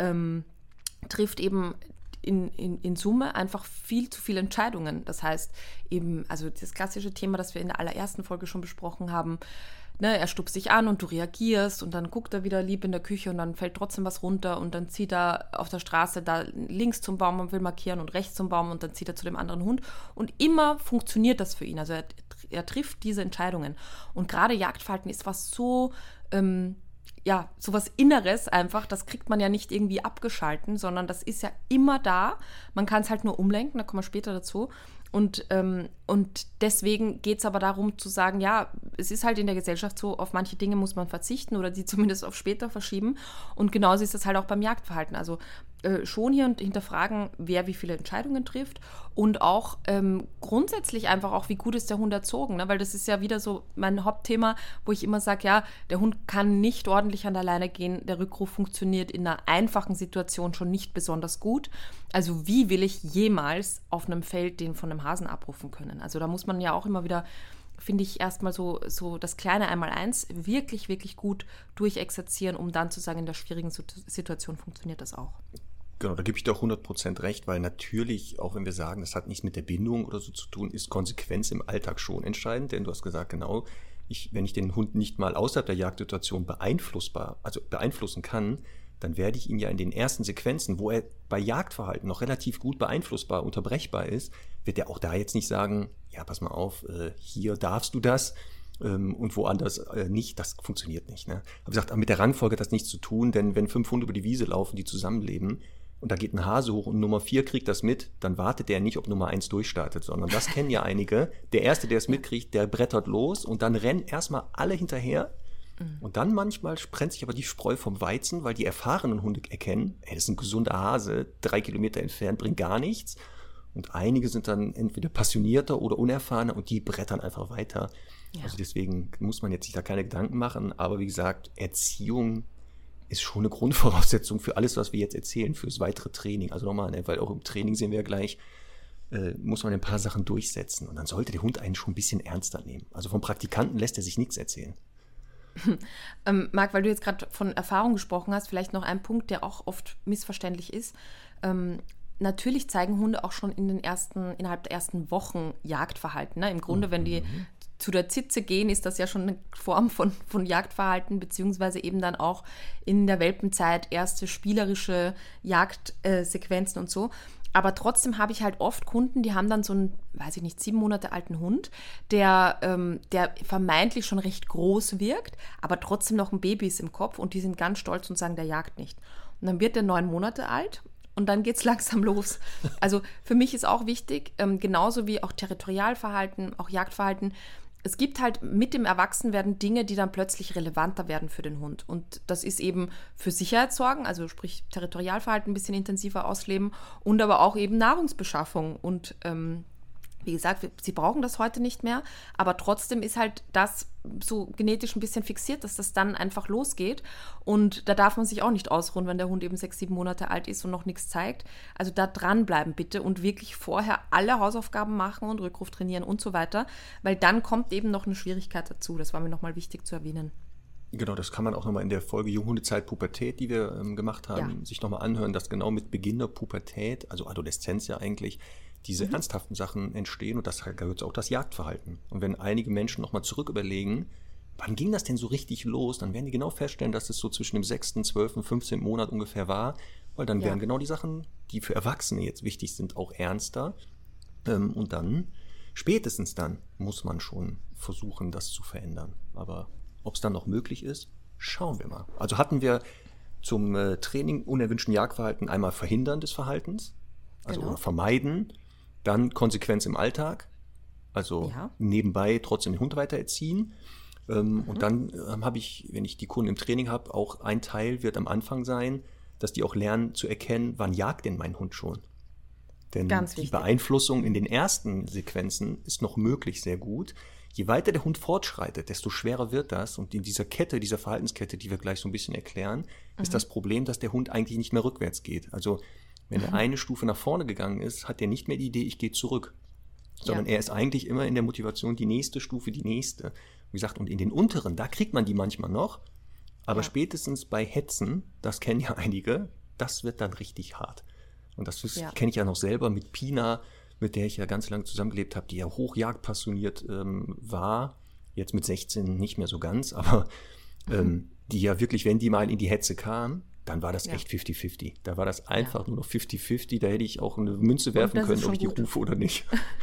trifft eben in Summe einfach viel zu viele Entscheidungen. Das heißt eben, also das klassische Thema, das wir in der allerersten Folge schon besprochen haben, er stupst sich an und du reagierst und dann guckt er wieder lieb in der Küche und dann fällt trotzdem was runter und dann zieht er auf der Straße da links zum Baum und will markieren und rechts zum Baum und dann zieht er zu dem anderen Hund und immer funktioniert das für ihn. Also er trifft diese Entscheidungen und gerade Jagdverhalten ist was so sowas Inneres einfach, das kriegt man ja nicht irgendwie abgeschalten, sondern das ist ja immer da. Man kann es halt nur umlenken, da kommen wir später dazu. Und deswegen geht es aber darum zu sagen, es ist halt in der Gesellschaft so, auf manche Dinge muss man verzichten oder die zumindest auf später verschieben. Und genauso ist das halt auch beim Jagdverhalten. Also schon hier und hinterfragen, wer wie viele Entscheidungen trifft und auch grundsätzlich einfach auch, wie gut ist der Hund erzogen, ne? Weil das ist ja wieder so mein Hauptthema, wo ich immer sage, ja, der Hund kann nicht ordentlich an der Leine gehen, der Rückruf funktioniert in einer einfachen Situation schon nicht besonders gut. Also wie will ich jemals auf einem Feld den von einem Hasen abrufen können? Also da muss man ja auch immer wieder, finde ich, erstmal so das kleine Einmaleins wirklich, wirklich gut durchexerzieren, um dann zu sagen, in der schwierigen Situation funktioniert das auch. Genau, da gebe ich dir auch 100% recht, weil natürlich, auch wenn wir sagen, das hat nichts mit der Bindung oder so zu tun, ist Konsequenz im Alltag schon entscheidend, denn du hast gesagt, genau, wenn ich den Hund nicht mal außerhalb der Jagdsituation beeinflussen kann, dann werde ich ihn ja in den ersten Sequenzen, wo er bei Jagdverhalten noch relativ gut beeinflussbar, unterbrechbar ist, wird er auch da jetzt nicht sagen, ja, pass mal auf, hier darfst du das und woanders nicht. Das funktioniert nicht. Ne? Aber gesagt, mit der Rangfolge hat das nichts zu tun, denn wenn 5 Hunde über die Wiese laufen, die zusammenleben, und da geht ein Hase hoch und Nummer 4 kriegt das mit, dann wartet der nicht, ob Nummer 1 durchstartet, sondern das kennen ja einige. Der Erste, der es mitkriegt, der brettert los und dann rennen erstmal alle hinterher. Und dann manchmal trennt sich aber die Spreu vom Weizen, weil die erfahrenen Hunde erkennen, ey, das ist ein gesunder Hase, 3 Kilometer entfernt, bringt gar nichts. Und einige sind dann entweder passionierter oder unerfahrener und die brettern einfach weiter. Ja. Also deswegen muss man jetzt sich da keine Gedanken machen. Aber wie gesagt, Erziehung ist schon eine Grundvoraussetzung für alles, was wir jetzt erzählen, fürs weitere Training. Also nochmal, weil auch im Training sehen wir ja gleich, muss man ein paar Sachen durchsetzen. Und dann sollte der Hund einen schon ein bisschen ernster nehmen. Also vom Praktikanten lässt er sich nichts erzählen. Marc, weil du jetzt gerade von Erfahrung gesprochen hast, vielleicht noch ein Punkt, der auch oft missverständlich ist. Natürlich zeigen Hunde auch schon innerhalb der ersten Wochen Jagdverhalten. Ne? Im Grunde, wenn die zu der Zitze gehen, ist das ja schon eine Form von Jagdverhalten, beziehungsweise eben dann auch in der Welpenzeit erste spielerische Jagdsequenzen und so. Aber trotzdem habe ich halt oft Kunden, die haben dann so einen, 7 Monate alten Hund, der vermeintlich schon recht groß wirkt, aber trotzdem noch ein Baby ist im Kopf und die sind ganz stolz und sagen, der jagt nicht. Und dann wird der 9 Monate alt und dann geht es langsam los. Also für mich ist auch wichtig, genauso wie auch Territorialverhalten, auch Jagdverhalten, es gibt halt mit dem Erwachsenwerden Dinge, die dann plötzlich relevanter werden für den Hund. Und das ist eben für Sicherheit sorgen, also sprich Territorialverhalten ein bisschen intensiver ausleben und aber auch eben Nahrungsbeschaffung. Und wie gesagt, sie brauchen das heute nicht mehr, aber trotzdem ist halt das so genetisch ein bisschen fixiert, dass das dann einfach losgeht. Und da darf man sich auch nicht ausruhen, wenn der Hund eben 6, 7 Monate alt ist und noch nichts zeigt. Also da dranbleiben bitte und wirklich vorher alle Hausaufgaben machen und Rückruf trainieren und so weiter, weil dann kommt eben noch eine Schwierigkeit dazu. Das war mir nochmal wichtig zu erwähnen. Genau, das kann man auch nochmal in der Folge Junghundezeit Pubertät, die wir gemacht haben, sich nochmal anhören, dass genau mit Beginn der Pubertät, also Adoleszenz ja eigentlich, diese ernsthaften Sachen entstehen und das gehört auch das Jagdverhalten. Und wenn einige Menschen nochmal zurück überlegen, wann ging das denn so richtig los, dann werden die genau feststellen, dass es so zwischen dem 6., 12., 15. Monat ungefähr war, weil dann werden genau die Sachen, die für Erwachsene jetzt wichtig sind, auch ernster. Und dann, spätestens dann, muss man schon versuchen, das zu verändern. Aber ob es dann noch möglich ist, schauen wir mal. Also hatten wir zum Training unerwünschten Jagdverhalten einmal Verhindern des Verhaltens, also oder vermeiden, dann Konsequenz im Alltag, also nebenbei trotzdem den Hund weitererziehen. Und dann habe ich, wenn ich die Kunden im Training habe, auch ein Teil wird am Anfang sein, dass die auch lernen zu erkennen, wann jagt denn mein Hund schon. Denn die Beeinflussung in den ersten Sequenzen ist noch möglich sehr gut. Je weiter der Hund fortschreitet, desto schwerer wird das. Und in dieser Kette, dieser Verhaltenskette, die wir gleich so ein bisschen erklären, ist das Problem, dass der Hund eigentlich nicht mehr rückwärts geht. Also wenn er eine Stufe nach vorne gegangen ist, hat er nicht mehr die Idee, ich gehe zurück. Sondern er ist eigentlich immer in der Motivation, die nächste Stufe, die nächste. Wie gesagt, und in den unteren, da kriegt man die manchmal noch. Aber spätestens bei Hetzen, das kennen ja einige, das wird dann richtig hart. Und das kenne ich ja noch selber mit Pina, mit der ich ja ganz lange zusammengelebt habe, die ja hochjagdpassioniert war. Jetzt mit 16 nicht mehr so ganz, aber die ja wirklich, wenn die mal in die Hetze kam, dann war das echt 50-50. Da war das einfach nur noch 50-50. Da hätte ich auch eine Münze werfen können, ob ich die rufe oder nicht.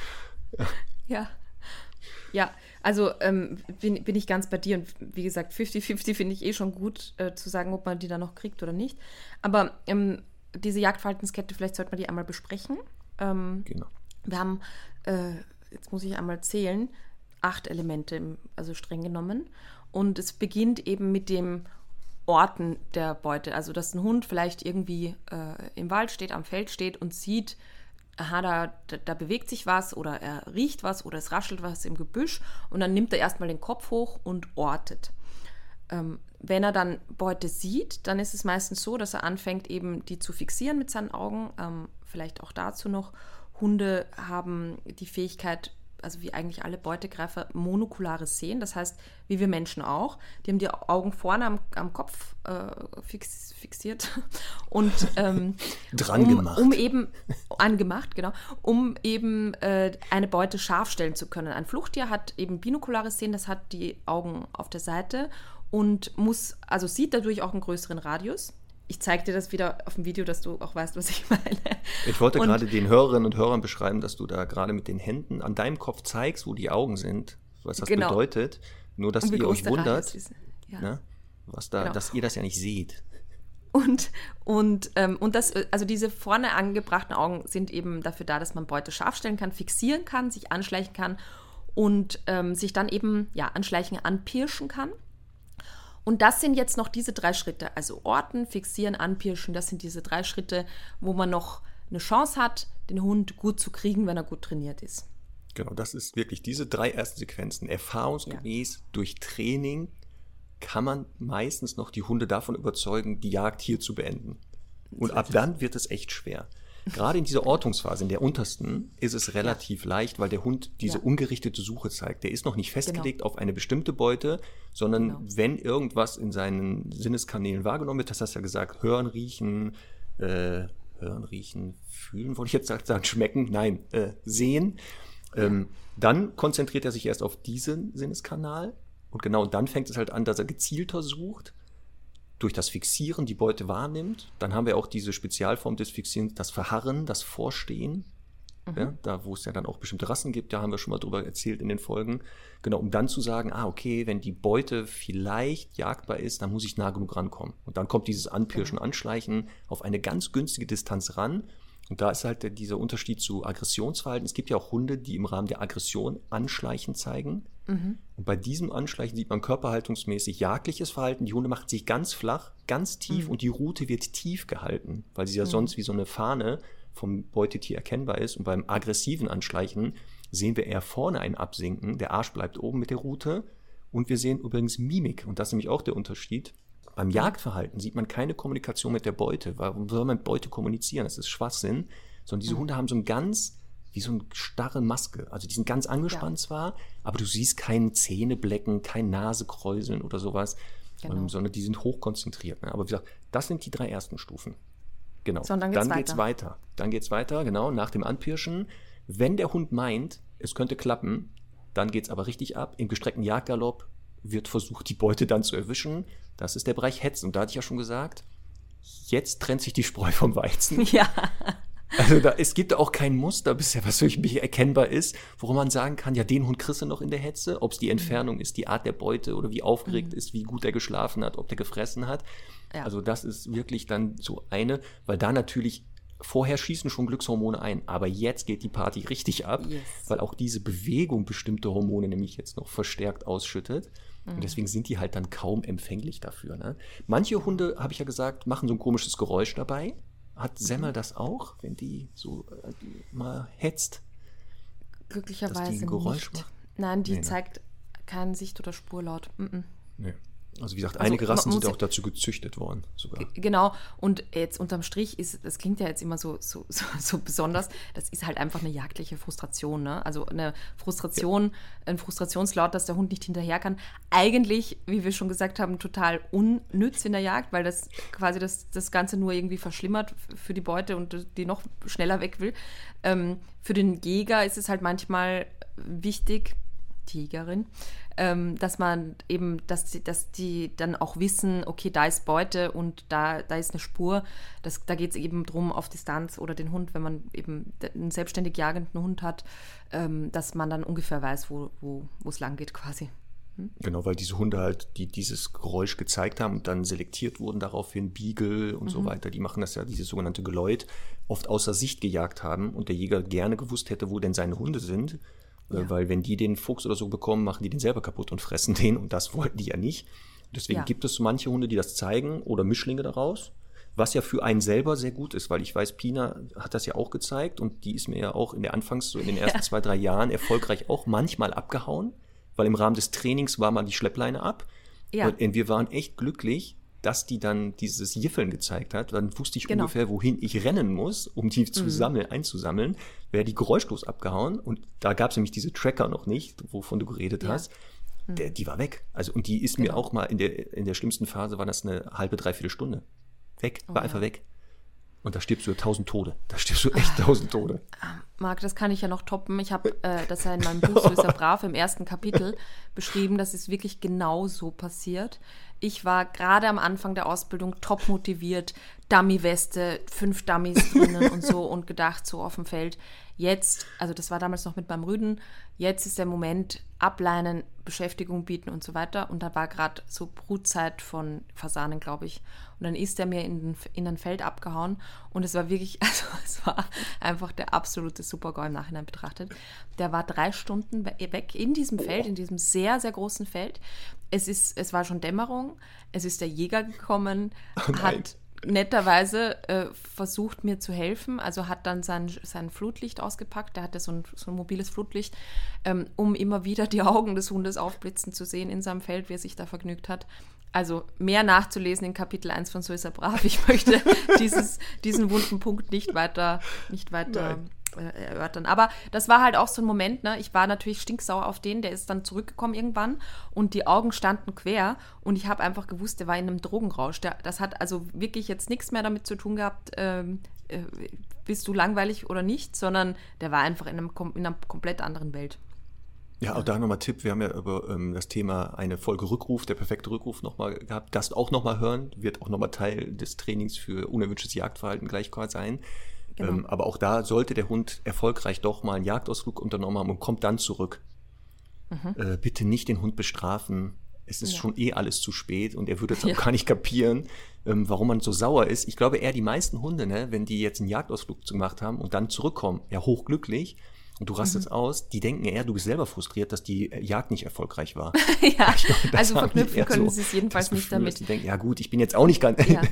Ja, also bin ich ganz bei dir. Und wie gesagt, 50-50 finde ich schon gut, zu sagen, ob man die da noch kriegt oder nicht. Aber diese Jagdverhaltenskette, vielleicht sollte man die einmal besprechen. Genau. Wir haben, jetzt muss ich einmal zählen, 8 Elemente, also streng genommen. Und es beginnt eben mit dem Orten der Beute. Also dass ein Hund vielleicht irgendwie im Wald steht, am Feld steht und sieht, aha, da bewegt sich was oder er riecht was oder es raschelt was im Gebüsch und dann nimmt er erstmal den Kopf hoch und ortet. Wenn er dann Beute sieht, dann ist es meistens so, dass er anfängt, eben die zu fixieren mit seinen Augen. Vielleicht auch dazu noch, Hunde haben die Fähigkeit, also wie eigentlich alle Beutegreifer, monokulares Sehen. Das heißt, wie wir Menschen auch. Die haben die Augen vorne am Kopf fixiert und dran gemacht. Angemacht, genau, um eben eine Beute scharf stellen zu können. Ein Fluchttier hat eben binokulares Sehen, das hat die Augen auf der Seite und sieht dadurch auch einen größeren Radius. Ich zeige dir das wieder auf dem Video, dass du auch weißt, was ich meine. Ich wollte gerade den Hörerinnen und Hörern beschreiben, dass du da gerade mit den Händen an deinem Kopf zeigst, wo die Augen sind, was das bedeutet. Nur, dass ihr euch wundert, dass ihr das ja nicht seht. Und diese vorne angebrachten Augen sind eben dafür da, dass man Beute scharf stellen kann, fixieren kann, sich anschleichen kann und sich dann eben anschleichen, anpirschen kann. Und das sind jetzt noch diese 3 Schritte, also orten, fixieren, anpirschen, das sind diese 3 Schritte, wo man noch eine Chance hat, den Hund gut zu kriegen, wenn er gut trainiert ist. Genau, das ist wirklich diese 3 ersten Sequenzen. Erfahrungsgemäß durch Training kann man meistens noch die Hunde davon überzeugen, die Jagd hier zu beenden. Und ab dann wird es echt schwer. Gerade in dieser Ortungsphase, in der untersten, ist es relativ leicht, weil der Hund diese ungerichtete Suche zeigt. Der ist noch nicht festgelegt auf eine bestimmte Beute, sondern wenn irgendwas in seinen Sinneskanälen wahrgenommen wird, das hast du ja gesagt, hören, riechen, fühlen, wollte ich jetzt sagen, schmecken, nein, sehen. Dann konzentriert er sich erst auf diesen Sinneskanal und genau dann fängt es halt an, dass er gezielter sucht, durch das Fixieren die Beute wahrnimmt. Dann haben wir auch diese Spezialform des Fixierens, das Verharren, das Vorstehen. Ja, da, wo es ja dann auch bestimmte Rassen gibt, da haben wir schon mal drüber erzählt in den Folgen. Genau, um dann zu sagen, okay, wenn die Beute vielleicht jagdbar ist, dann muss ich nah genug rankommen. Und dann kommt dieses Anpirschen, Anschleichen auf eine ganz günstige Distanz ran. Und da ist halt dieser Unterschied zu Aggressionsverhalten. Es gibt ja auch Hunde, die im Rahmen der Aggression Anschleichen zeigen. Und bei diesem Anschleichen sieht man körperhaltungsmäßig jagdliches Verhalten. Die Hunde machen sich ganz flach, ganz tief und die Rute wird tief gehalten, weil sie ja sonst wie so eine Fahne vom Beutetier erkennbar ist. Und beim aggressiven Anschleichen sehen wir eher vorne ein Absinken. Der Arsch bleibt oben mit der Rute. Und wir sehen übrigens Mimik. Und das ist nämlich auch der Unterschied. Beim Jagdverhalten sieht man keine Kommunikation mit der Beute. Warum soll man mit Beute kommunizieren? Das ist Schwachsinn. Sondern diese Hunde haben so wie so eine starre Maske. Also die sind ganz angespannt zwar, aber du siehst kein Zähneblecken, kein Nasekräuseln oder sowas, sondern die sind hochkonzentriert. Ne? Aber wie gesagt, das sind die 3 ersten Stufen. Genau. So, dann geht's weiter. Dann geht's weiter, genau, nach dem Anpirschen. Wenn der Hund meint, es könnte klappen, dann geht's aber richtig ab. Im gestreckten Jagdgalopp wird versucht, die Beute dann zu erwischen. Das ist der Bereich Hetzen. Und da hatte ich ja schon gesagt, jetzt trennt sich die Spreu vom Weizen. Ja. Also es gibt auch kein Muster bisher, was wirklich erkennbar ist, worum man sagen kann, ja, den Hund kriegst du noch in der Hetze, ob es die Entfernung ist, die Art der Beute oder wie aufgeregt ist, wie gut er geschlafen hat, ob der gefressen hat. Ja. Also das ist wirklich dann so weil da natürlich vorher schießen schon Glückshormone ein, aber jetzt geht die Party richtig ab, weil auch diese Bewegung bestimmte Hormone nämlich jetzt noch verstärkt ausschüttet. Und deswegen sind die halt dann kaum empfänglich dafür. Ne? Manche Hunde, habe ich ja gesagt, machen so ein komisches Geräusch dabei. Hat Semmel das auch, wenn die so mal hetzt? Glücklicherweise dass die ein Geräusch nicht. Macht? Nein, die zeigt keinen Sicht- oder Spurlaut. Nee. Also wie gesagt, einige Rassen sind auch dazu gezüchtet worden sogar. Genau, und jetzt unterm Strich das klingt ja jetzt immer so besonders, das ist halt einfach eine jagdliche Frustration, ne? Also eine Frustration, ein Frustrationslaut, dass der Hund nicht hinterher kann. Eigentlich, wie wir schon gesagt haben, total unnütz in der Jagd, weil das quasi das Ganze nur irgendwie verschlimmert für die Beute und die noch schneller weg will. Für den Jäger ist es halt manchmal wichtig, die Jägerin, dass man eben, dass die dann auch wissen, okay, da ist Beute und da ist eine Spur. Da geht es eben drum auf Distanz oder den Hund, wenn man eben einen selbstständig jagenden Hund hat, dass man dann ungefähr weiß, wo es lang geht quasi. Genau, weil diese Hunde halt, die dieses Geräusch gezeigt haben und dann selektiert wurden daraufhin, Beagle und so weiter, die machen das ja, dieses sogenannte Geläut, oft außer Sicht gejagt haben und der Jäger gerne gewusst hätte, wo denn seine Hunde sind. Weil wenn die den Fuchs oder so bekommen, machen die den selber kaputt und fressen den und das wollten die ja nicht. Deswegen gibt es so manche Hunde, die das zeigen oder Mischlinge daraus, was ja für einen selber sehr gut ist, weil ich weiß, Pina hat das ja auch gezeigt und die ist mir ja auch in den ersten 2-3 Jahren erfolgreich auch manchmal abgehauen, weil im Rahmen des Trainings war mal die Schleppleine ab. Ja. Und wir waren echt glücklich, dass die dann dieses Jiffeln gezeigt hat. Dann wusste ich ungefähr, wohin ich rennen muss, um die einzusammeln. Wäre die geräuschlos abgehauen. Und da gab es nämlich diese Tracker noch nicht, wovon du geredet hast. Die war weg. Also, und die ist mir auch mal in der schlimmsten Phase, war das eine halbe, dreiviertel Stunde. Weg, war einfach weg. Und da stirbst du 1000 Tode. Da stirbst du echt 1000 Tode. Marc, das kann ich ja noch toppen. Ich habe das ja in meinem Buch So ist er brav im ersten Kapitel beschrieben, dass es wirklich genau so passiert. Ich war gerade am Anfang der Ausbildung top motiviert, Dummy-Weste, 5 Dummies drinnen und so und gedacht, so auf dem Feld. Jetzt, also das war damals noch mit beim Rüden, jetzt ist der Moment, ableinen, Beschäftigung bieten und so weiter. Und da war gerade so Brutzeit von Fasanen, glaube ich. Und dann ist er mir in ein Feld abgehauen und es war wirklich, also es war einfach der absolute Super-GAU im Nachhinein betrachtet. Der war 3 Stunden weg in diesem Feld, in diesem sehr, sehr großen Feld. Es war schon Dämmerung, es ist der Jäger gekommen, hat netterweise versucht, mir zu helfen, also hat dann sein Flutlicht ausgepackt, der hatte so ein mobiles Flutlicht, um immer wieder die Augen des Hundes aufblitzen zu sehen in seinem Feld, wie er sich da vergnügt hat. Also mehr nachzulesen in Kapitel 1 von So ist er brav. Ich möchte diesen wunden Punkt nicht weiter erörtern. Aber das war halt auch so ein Moment, ne? Ich war natürlich stinksauer auf den, der ist dann zurückgekommen irgendwann und die Augen standen quer und ich habe einfach gewusst, der war in einem Drogenrausch. Das hat also wirklich jetzt nichts mehr damit zu tun gehabt, bist du langweilig oder nicht, sondern der war einfach in einer komplett anderen Welt. Ja, auch da nochmal Tipp, wir haben ja über das Thema eine Folge Rückruf, der perfekte Rückruf nochmal gehabt. Das auch nochmal hören, wird auch nochmal Teil des Trainings für unerwünschtes Jagdverhalten gleich sein. Genau. Aber auch da sollte der Hund erfolgreich doch mal einen Jagdausflug unternommen haben und kommt dann zurück. Bitte nicht den Hund bestrafen. Es ist schon alles zu spät und er würde jetzt auch gar nicht kapieren, warum man so sauer ist. Ich glaube eher die meisten Hunde, ne, wenn die jetzt einen Jagdausflug gemacht haben und dann zurückkommen, ja hochglücklich, und du rastest aus, die denken eher, du bist selber frustriert, dass die Jagd nicht erfolgreich war. Ja, also verknüpfen können sie es jedenfalls nicht damit. Die denken, ja gut, ich bin jetzt auch nicht ganz... Ja.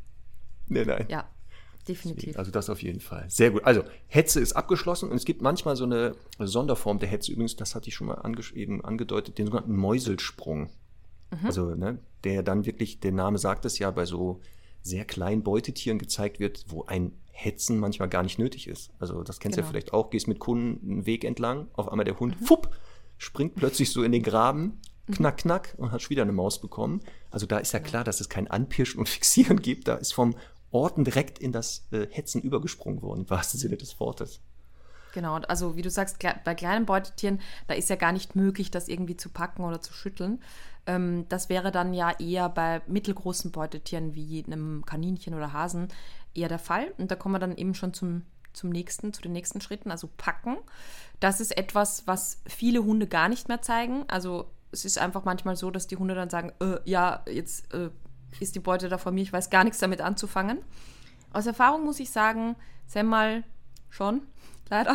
Nein. Ja, definitiv. Deswegen, also das auf jeden Fall. Sehr gut. Also Hetze ist abgeschlossen und es gibt manchmal so eine Sonderform der Hetze. Übrigens, das hatte ich schon mal eben angedeutet, den sogenannten Mäuselsprung. Also der dann wirklich, der Name sagt es ja, bei so sehr kleinen Beutetieren gezeigt wird, wo ein Hetzen manchmal gar nicht nötig ist. Also das kennst du ja vielleicht auch, gehst mit Kunden einen Weg entlang, auf einmal der Hund, springt plötzlich so in den Graben, knack, knack und hast wieder eine Maus bekommen. Also da ist ja klar, dass es kein Anpirschen und Fixieren gibt. Da ist vom Orten direkt in das Hetzen übergesprungen worden, im wahrsten Sinne des Wortes. Genau, also wie du sagst, bei kleinen Beutetieren, da ist ja gar nicht möglich, das irgendwie zu packen oder zu schütteln. Das wäre dann ja eher bei mittelgroßen Beutetieren wie einem Kaninchen oder Hasen eher der Fall. Und da kommen wir dann eben schon zu den nächsten Schritten, also packen. Das ist etwas, was viele Hunde gar nicht mehr zeigen. Also es ist einfach manchmal so, dass die Hunde dann sagen, jetzt ist die Beute da vor mir, ich weiß gar nichts damit anzufangen. Aus Erfahrung muss ich sagen, Semmel schon, leider.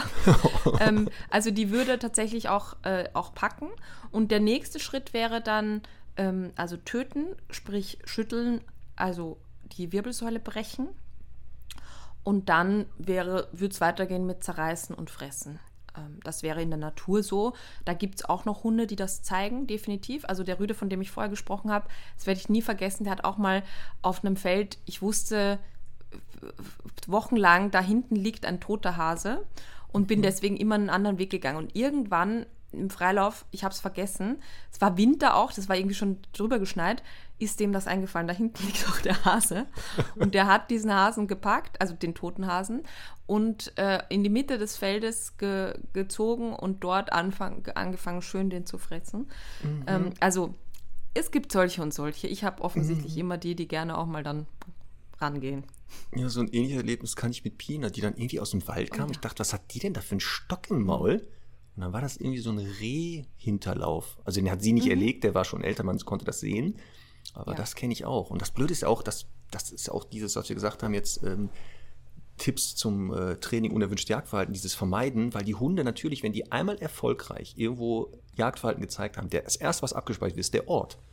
Also die würde tatsächlich auch packen. Und der nächste Schritt wäre dann, also töten, sprich schütteln, also die Wirbelsäule brechen. Und dann würde es weitergehen mit Zerreißen und Fressen. Das wäre in der Natur so. Da gibt es auch noch Hunde, die das zeigen, definitiv. Also der Rüde, von dem ich vorher gesprochen habe, das werde ich nie vergessen, der hat auch mal auf einem Feld, ich wusste wochenlang, da hinten liegt ein toter Hase und bin deswegen immer einen anderen Weg gegangen. Und irgendwann im Freilauf, ich habe es vergessen, es war Winter auch, das war irgendwie schon drüber geschneit, ist dem das eingefallen, da hinten liegt auch der Hase. Und der hat diesen Hasen gepackt, also den toten Hasen, und in die Mitte des Feldes gezogen und dort angefangen, schön den zu fressen. Also es gibt solche und solche. Ich habe offensichtlich immer die gerne auch mal dann rangehen. Ja, so ein ähnliches Erlebnis kann ich mit Pina, die dann irgendwie aus dem Wald kam. Ich dachte, was hat die denn da für einen Stock im Maul? Und dann war das irgendwie so ein Rehhinterlauf. Also den hat sie nicht erlegt, der war schon älter, man konnte das sehen. Aber das kenne ich auch. Und das Blöde ist ja auch, das ist ja auch dieses, was wir gesagt haben, jetzt Tipps zum Training unerwünschtes Jagdverhalten, dieses Vermeiden, weil die Hunde natürlich, wenn die einmal erfolgreich irgendwo Jagdverhalten gezeigt haben, das erste, was abgespeichert wird, ist der Ort.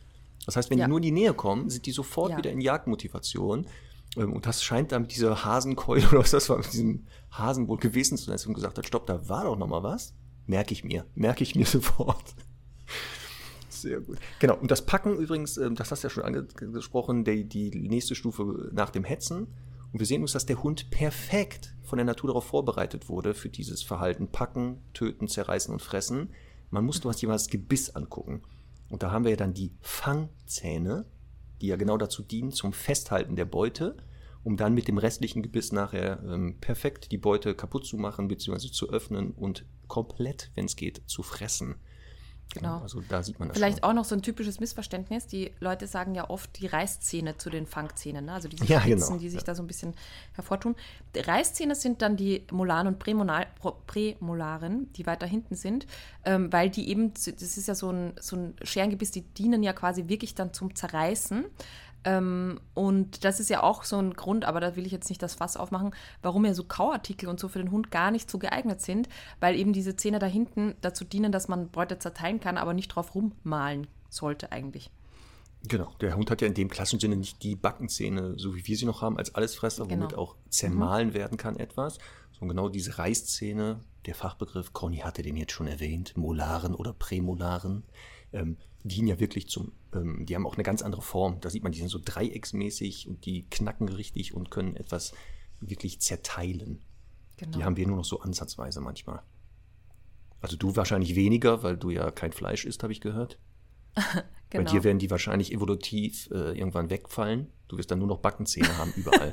Das heißt, wenn die nur in die Nähe kommen, sind die sofort Ja. wieder in Jagdmotivation. Und das scheint dann mit dieser Hasenkeule oder was das war, mit diesem Hasen wohl gewesen zu sein, dass man gesagt hat, stopp, da war doch noch mal was. Merke ich mir sofort. Sehr gut. Genau, und das Packen übrigens, das hast du ja schon angesprochen, die nächste Stufe nach dem Hetzen. Und wir sehen uns, dass der Hund perfekt von der Natur darauf vorbereitet wurde für dieses Verhalten. Packen, töten, zerreißen und fressen. Man muss nur jeweils das Gebiss angucken. Und da haben wir ja dann die Fangzähne, die ja genau dazu dienen, zum Festhalten der Beute, um dann mit dem restlichen Gebiss nachher perfekt die Beute kaputt zu machen, beziehungsweise zu öffnen und komplett, wenn es geht, zu fressen. Genau. Also da sieht man das Vielleicht schon. auch noch so ein typisches Missverständnis. Die Leute sagen ja oft die Reißzähne zu den Fangzähnen, ne? Also diese Ja, Spitzen, genau. die sich da so ein bisschen hervortun. Die Reißzähne sind dann die Molaren und Prämolaren, die weiter hinten sind, weil die eben, das ist ja so ein Scherengebiss, die dienen ja quasi wirklich dann zum Zerreißen. Und das ist ja auch so ein Grund, aber da will ich jetzt nicht das Fass aufmachen, warum ja so Kauartikel und so für den Hund gar nicht so geeignet sind, weil eben diese Zähne da hinten dazu dienen, dass man Beute zerteilen kann, aber nicht drauf rummalen sollte eigentlich. Genau, der Hund hat ja in dem klassischen Sinne nicht die Backenzähne, so wie wir sie noch haben, als Allesfresser, womit Genau. auch zermahlen werden kann etwas. So genau diese Reißzähne, der Fachbegriff, Conny hatte den jetzt schon erwähnt, Molaren oder Prämolaren, dienen ja wirklich die haben auch eine ganz andere Form. Da sieht man, die sind so dreiecksmäßig und die knacken richtig und können etwas wirklich zerteilen. Genau. Die haben wir nur noch so ansatzweise manchmal. Also du wahrscheinlich weniger, weil du ja kein Fleisch isst, habe ich gehört. Bei Genau. dir werden die wahrscheinlich evolutiv irgendwann wegfallen. Du wirst dann nur noch Backenzähne haben überall.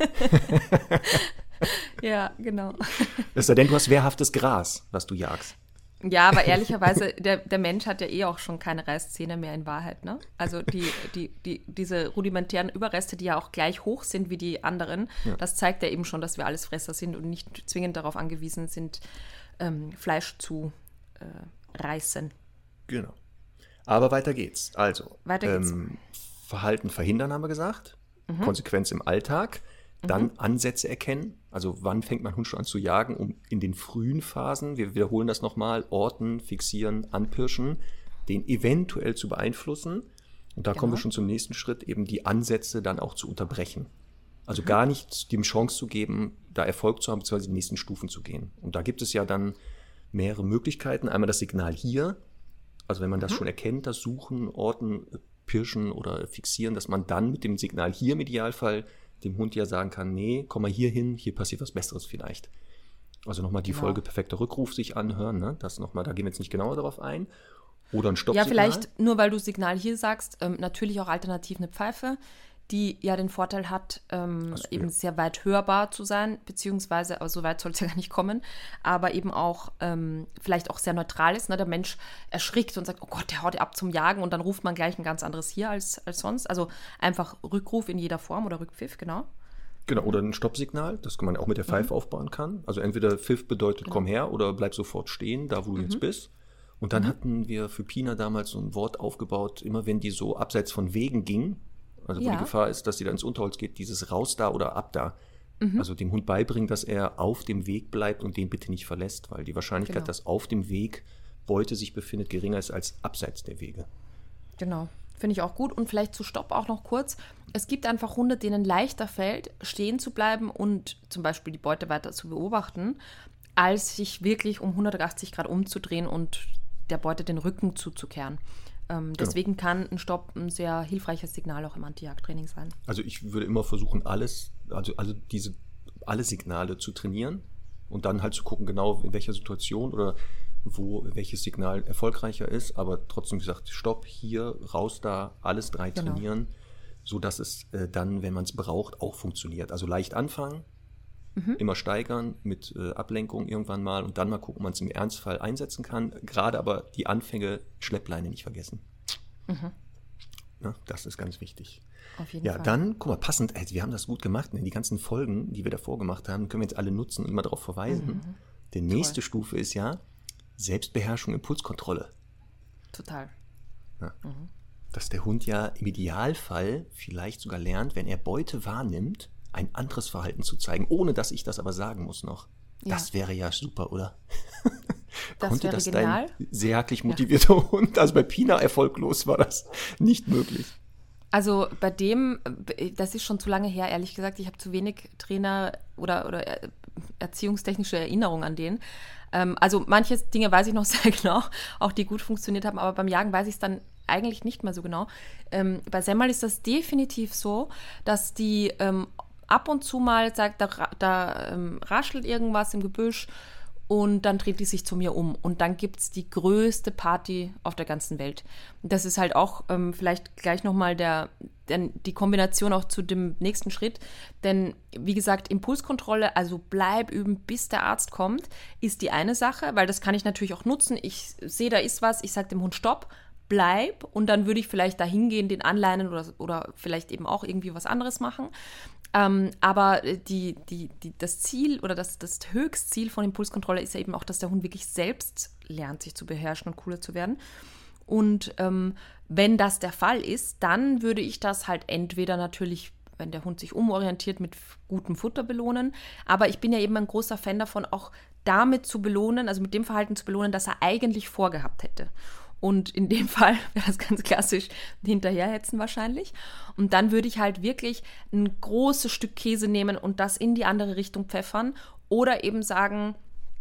Ja, genau. Es sei denn, du hast wehrhaftes Gras, was du jagst. Ja, aber ehrlicherweise, der Mensch hat ja eh auch schon keine Reißzähne mehr in Wahrheit, ne? Also diese rudimentären Überreste, die ja auch gleich hoch sind wie die anderen, das zeigt ja eben schon, dass wir Allesfresser sind und nicht zwingend darauf angewiesen sind, Fleisch zu reißen. Genau. Aber weiter geht's. Also, Weiter geht's. Verhalten verhindern, haben wir gesagt. Konsequenz im Alltag. Dann Ansätze erkennen. Also wann fängt mein Hund schon an zu jagen, um in den frühen Phasen, wir wiederholen das nochmal, orten, fixieren, anpirschen, den eventuell zu beeinflussen. Und da kommen wir schon zum nächsten Schritt, eben die Ansätze dann auch zu unterbrechen. Also gar nicht dem Chance zu geben, da Erfolg zu haben, beziehungsweise die nächsten Stufen zu gehen. Und da gibt es ja dann mehrere Möglichkeiten. Einmal das Signal hier, also wenn man das schon erkennt, das Suchen, Orten, Pirschen oder Fixieren, dass man dann mit dem Signal hier im Idealfall dem Hund ja sagen kann, nee, komm mal hier hin, hier passiert was Besseres vielleicht. Also nochmal die Folge perfekter Rückruf sich anhören, ne? Das nochmal, da gehen wir jetzt nicht genauer darauf ein. Oder ein Stoppsignal. Ja, vielleicht, nur weil du Signal hier sagst, natürlich auch alternativ eine Pfeife, die ja den Vorteil hat, eben sehr weit hörbar zu sein, beziehungsweise, aber so weit soll es ja gar nicht kommen, aber eben auch vielleicht auch sehr neutral ist. Ne? Der Mensch erschrickt und sagt, oh Gott, der haut ab zum Jagen und dann ruft man gleich ein ganz anderes hier als sonst. Also einfach Rückruf in jeder Form oder Rückpfiff, genau. Genau, oder ein Stoppsignal, das man auch mit der Pfeife aufbauen kann. Also entweder Pfiff bedeutet, komm her, oder bleib sofort stehen, da wo du jetzt bist. Und dann hatten wir für Pina damals so ein Wort aufgebaut, immer wenn die so abseits von Wegen ging, also wo die Gefahr ist, dass sie da ins Unterholz geht, dieses raus da oder ab da. Also dem Hund beibringen, dass er auf dem Weg bleibt und den bitte nicht verlässt, weil die Wahrscheinlichkeit, dass auf dem Weg Beute sich befindet, geringer ist als abseits der Wege. Genau, finde ich auch gut. Und vielleicht zu Stopp auch noch kurz. Es gibt einfach Hunde, denen leichter fällt, stehen zu bleiben und zum Beispiel die Beute weiter zu beobachten, als sich wirklich um 180 Grad umzudrehen und der Beute den Rücken zuzukehren. Deswegen kann ein Stopp ein sehr hilfreiches Signal auch im Anti-Jagd-Training sein. Also ich würde immer versuchen, alle Signale zu trainieren und dann halt zu gucken, genau in welcher Situation oder wo welches Signal erfolgreicher ist, aber trotzdem gesagt, Stopp, hier, raus da, alles drei trainieren, sodass es dann, wenn man es braucht, auch funktioniert. Also leicht anfangen, immer steigern mit Ablenkung irgendwann mal und dann mal gucken, ob man es im Ernstfall einsetzen kann. Gerade aber die Anfänge, Schleppleine nicht vergessen. Ja, das ist ganz wichtig. Auf jeden Ja, Fall. dann, guck mal, passend, wir haben das gut gemacht. Ne? Die ganzen Folgen, die wir davor gemacht haben, können wir jetzt alle nutzen und immer darauf verweisen. Die nächste Stufe ist ja Selbstbeherrschung, Impulskontrolle. Total. Ja. Dass der Hund ja im Idealfall vielleicht sogar lernt, wenn er Beute wahrnimmt, ein anderes Verhalten zu zeigen, ohne dass ich das aber sagen muss noch. Ja. Das wäre ja super, oder? Das Konnte wäre das genial. dein sehr haklich motivierter Hund, also bei Pina erfolglos war das nicht möglich. Also bei dem, das ist schon zu lange her, ehrlich gesagt. Ich habe zu wenig Trainer oder erziehungstechnische Erinnerung an den. Also manche Dinge weiß ich noch sehr genau, auch die gut funktioniert haben, aber beim Jagen weiß ich es dann eigentlich nicht mehr so genau. Bei Semmel ist das definitiv so, dass die ab und zu mal sagt, da raschelt irgendwas im Gebüsch und dann dreht die sich zu mir um und dann gibt es die größte Party auf der ganzen Welt. Und das ist halt auch vielleicht gleich nochmal die Kombination auch zu dem nächsten Schritt, denn wie gesagt, Impulskontrolle, also bleib üben, bis der Arzt kommt, ist die eine Sache, weil das kann ich natürlich auch nutzen. Ich sehe, da ist was, ich sage dem Hund Stopp, bleib und dann würde ich vielleicht da hingehen, den anleinen oder vielleicht eben auch irgendwie was anderes machen. Aber das Ziel oder das Höchstziel von Impulskontrolle ist ja eben auch, dass der Hund wirklich selbst lernt, sich zu beherrschen und cooler zu werden. Und wenn das der Fall ist, dann würde ich das halt entweder natürlich, wenn der Hund sich umorientiert, mit gutem Futter belohnen. Aber ich bin ja eben ein großer Fan davon, auch damit zu belohnen, also mit dem Verhalten zu belohnen, das er eigentlich vorgehabt hätte. Und in dem Fall wäre das ganz klassisch hinterherhetzen wahrscheinlich. Und dann würde ich halt wirklich ein großes Stück Käse nehmen und das in die andere Richtung pfeffern. Oder eben sagen,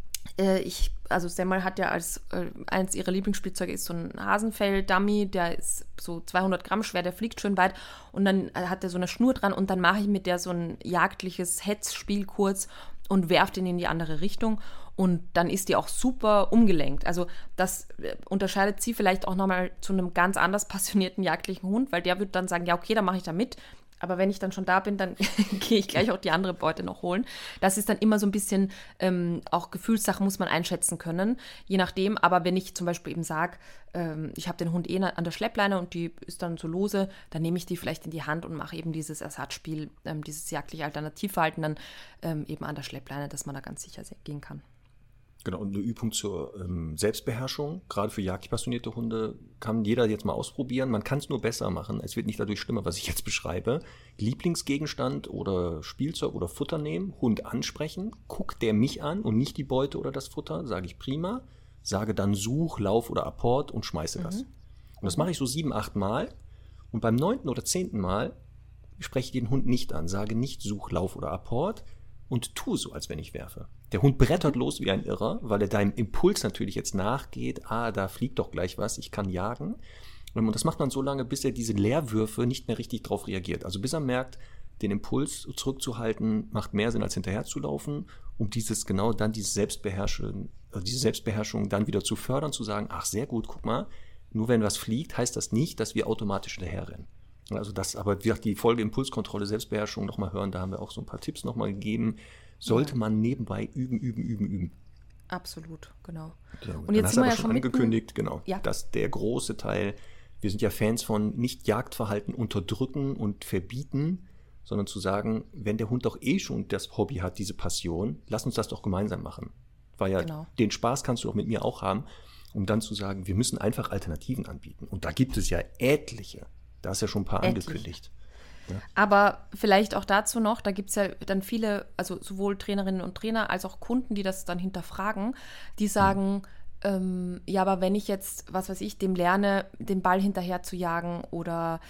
also Semmel hat ja als eins ihrer Lieblingsspielzeuge ist so ein Hasenfell-Dummy, der ist so 200 Gramm schwer, der fliegt schön weit und dann hat er so eine Schnur dran und dann mache ich mit der so ein jagdliches Hetzspiel kurz und werfe den in die andere Richtung und dann ist die auch super umgelenkt. Also das unterscheidet sie vielleicht auch nochmal zu einem ganz anders passionierten jagdlichen Hund, weil der wird dann sagen, ja okay, dann mache ich da mit. Aber wenn ich dann schon da bin, dann gehe ich gleich auch die andere Beute noch holen. Das ist dann immer so ein bisschen auch Gefühlssache, muss man einschätzen können, je nachdem. Aber wenn ich zum Beispiel eben sage, ich habe den Hund an der Schleppleine und die ist dann so lose, dann nehme ich die vielleicht in die Hand und mache eben dieses Ersatzspiel, dieses jagdliche Alternativverhalten dann eben an der Schleppleine, dass man da ganz sicher gehen kann. Genau, und eine Übung zur Selbstbeherrschung, gerade für jagdpassionierte Hunde, kann jeder jetzt mal ausprobieren. Man kann es nur besser machen. Es wird nicht dadurch schlimmer, was ich jetzt beschreibe. Lieblingsgegenstand oder Spielzeug oder Futter nehmen, Hund ansprechen, guckt der mich an und nicht die Beute oder das Futter, sage ich prima, sage dann Such, Lauf oder Apport und schmeiße das. Und das mache ich so 7, 8 Mal und beim 9. oder 10. Mal spreche ich den Hund nicht an, sage nicht Such, Lauf oder Apport und tue so, als wenn ich werfe. Der Hund brettert los wie ein Irrer, weil er deinem Impuls natürlich jetzt nachgeht, da fliegt doch gleich was, ich kann jagen. Und das macht man so lange, bis er diese Leerwürfe nicht mehr richtig drauf reagiert. Also bis er merkt, den Impuls zurückzuhalten, macht mehr Sinn, als hinterher zu laufen, um diese Selbstbeherrschung dann wieder zu fördern, zu sagen, ach sehr gut, guck mal, nur wenn was fliegt, heißt das nicht, dass wir automatisch hinterherrennen. Also das, aber wie gesagt, die Folge Impulskontrolle, Selbstbeherrschung nochmal hören, da haben wir auch so ein paar Tipps nochmal gegeben. Sollte man nebenbei üben. Absolut, genau. Ja, und jetzt sind wir ja schon angekündigt, genau, dass der große Teil, wir sind ja Fans von nicht Jagdverhalten unterdrücken und verbieten, sondern zu sagen, wenn der Hund doch schon das Hobby hat, diese Passion, lass uns das doch gemeinsam machen. Weil ja, den Spaß kannst du doch mit mir auch haben, um dann zu sagen, wir müssen einfach Alternativen anbieten. Und da gibt es ja etliche. Da ist ja schon ein paar angekündigt. Ja. Aber vielleicht auch dazu noch, da gibt es ja dann viele, also sowohl Trainerinnen und Trainer als auch Kunden, die das dann hinterfragen, die sagen, ja, aber wenn ich jetzt, was weiß ich, dem lerne, den Ball hinterher zu jagen oder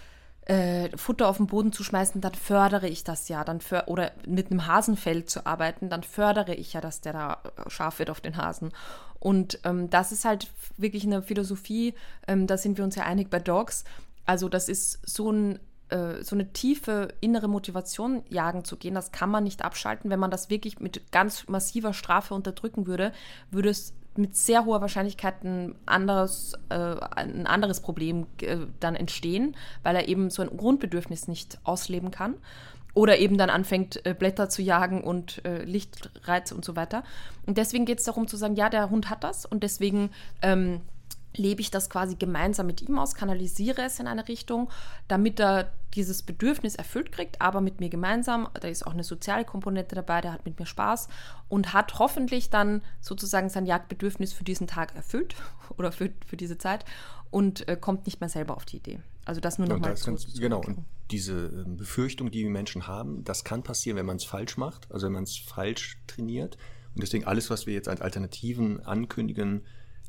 Futter auf den Boden zu schmeißen, dann fördere ich das ja. Oder mit einem Hasenfell zu arbeiten, dann fördere ich ja, dass der da scharf wird auf den Hasen. Und das ist halt wirklich eine Philosophie, da sind wir uns ja einig bei Dogs. Also das ist so eine tiefe innere Motivation, jagen zu gehen, das kann man nicht abschalten. Wenn man das wirklich mit ganz massiver Strafe unterdrücken würde, würde es mit sehr hoher Wahrscheinlichkeit ein anderes Problem dann entstehen, weil er eben so ein Grundbedürfnis nicht ausleben kann. Oder eben dann anfängt, Blätter zu jagen und Lichtreize und so weiter. Und deswegen geht es darum zu sagen, ja, der Hund hat das und deswegen lebe ich das quasi gemeinsam mit ihm aus, kanalisiere es in eine Richtung, damit er dieses Bedürfnis erfüllt kriegt, aber mit mir gemeinsam. Da ist auch eine soziale Komponente dabei, der hat mit mir Spaß und hat hoffentlich dann sozusagen sein Jagdbedürfnis für diesen Tag erfüllt oder für diese Zeit und kommt nicht mehr selber auf die Idee. Also das nur nochmal zu genau, und diese Befürchtung, die Menschen haben, das kann passieren, wenn man es falsch macht, also wenn man es falsch trainiert. Und deswegen alles, was wir jetzt als Alternativen ankündigen,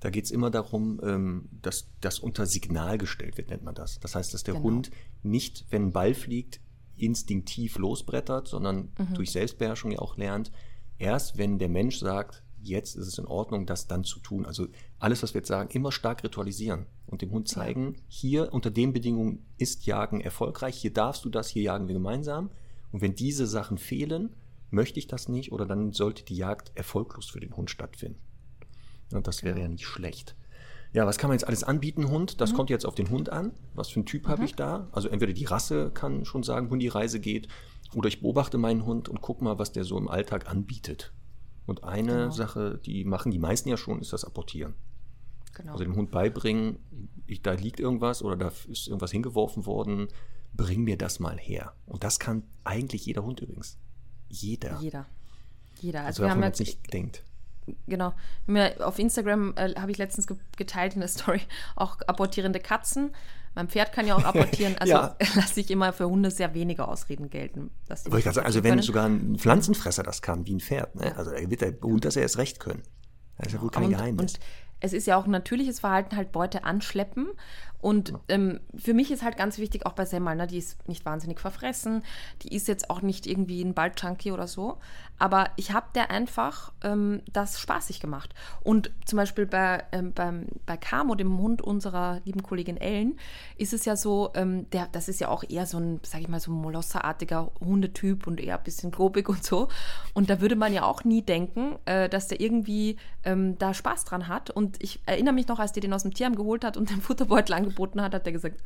Da geht es immer darum, dass das unter Signal gestellt wird, nennt man das. Das heißt, dass der Hund nicht, wenn ein Ball fliegt, instinktiv losbrettert, sondern durch Selbstbeherrschung ja auch lernt, erst wenn der Mensch sagt, jetzt ist es in Ordnung, das dann zu tun. Also alles, was wir jetzt sagen, immer stark ritualisieren und dem Hund zeigen, hier unter den Bedingungen ist Jagen erfolgreich, hier darfst du das, hier jagen wir gemeinsam. Und wenn diese Sachen fehlen, möchte ich das nicht oder dann sollte die Jagd erfolglos für den Hund stattfinden. Und das wäre ja nicht schlecht. Ja, was kann man jetzt alles anbieten, Hund? Das kommt jetzt auf den Hund an. Was für einen Typ habe ich da? Also entweder die Rasse kann schon sagen, wohin die Reise geht, oder ich beobachte meinen Hund und gucke mal, was der so im Alltag anbietet. Und eine Sache, die machen die meisten ja schon, ist das Apportieren. Genau. Also dem Hund beibringen, da liegt irgendwas oder da ist irgendwas hingeworfen worden, bring mir das mal her. Und das kann eigentlich jeder Hund übrigens. Jeder. Also wir haben jetzt nicht denkt. Genau. Auf Instagram habe ich letztens geteilt in der Story auch apportierende Katzen. Mein Pferd kann ja auch apportieren. Also lasse ich immer für Hunde sehr wenige Ausreden gelten. Wollte ich gerade sagen, also wenn sogar ein Pflanzenfresser das kann, wie ein Pferd, ne? Also da wird der Hund das ja erst recht können. Das ist ja wohl kein Geheimnis. Und es ist ja auch ein natürliches Verhalten, halt Beute anschleppen. Und für mich ist halt ganz wichtig, auch bei Semmel, ne, die ist nicht wahnsinnig verfressen, die ist jetzt auch nicht irgendwie ein Ball-Junkie oder so, aber ich habe der einfach das spaßig gemacht. Und zum Beispiel bei Camo, dem Hund unserer lieben Kollegin Ellen, ist es ja so, das ist ja auch eher so ein, sag ich mal, so ein Molosserartiger Hundetyp und eher ein bisschen grobig und so. Und da würde man ja auch nie denken, dass der irgendwie da Spaß dran hat. Und ich erinnere mich noch, als die den aus dem Tierheim geholt hat und den Futterbeutel angeboten hat, hat er gesagt,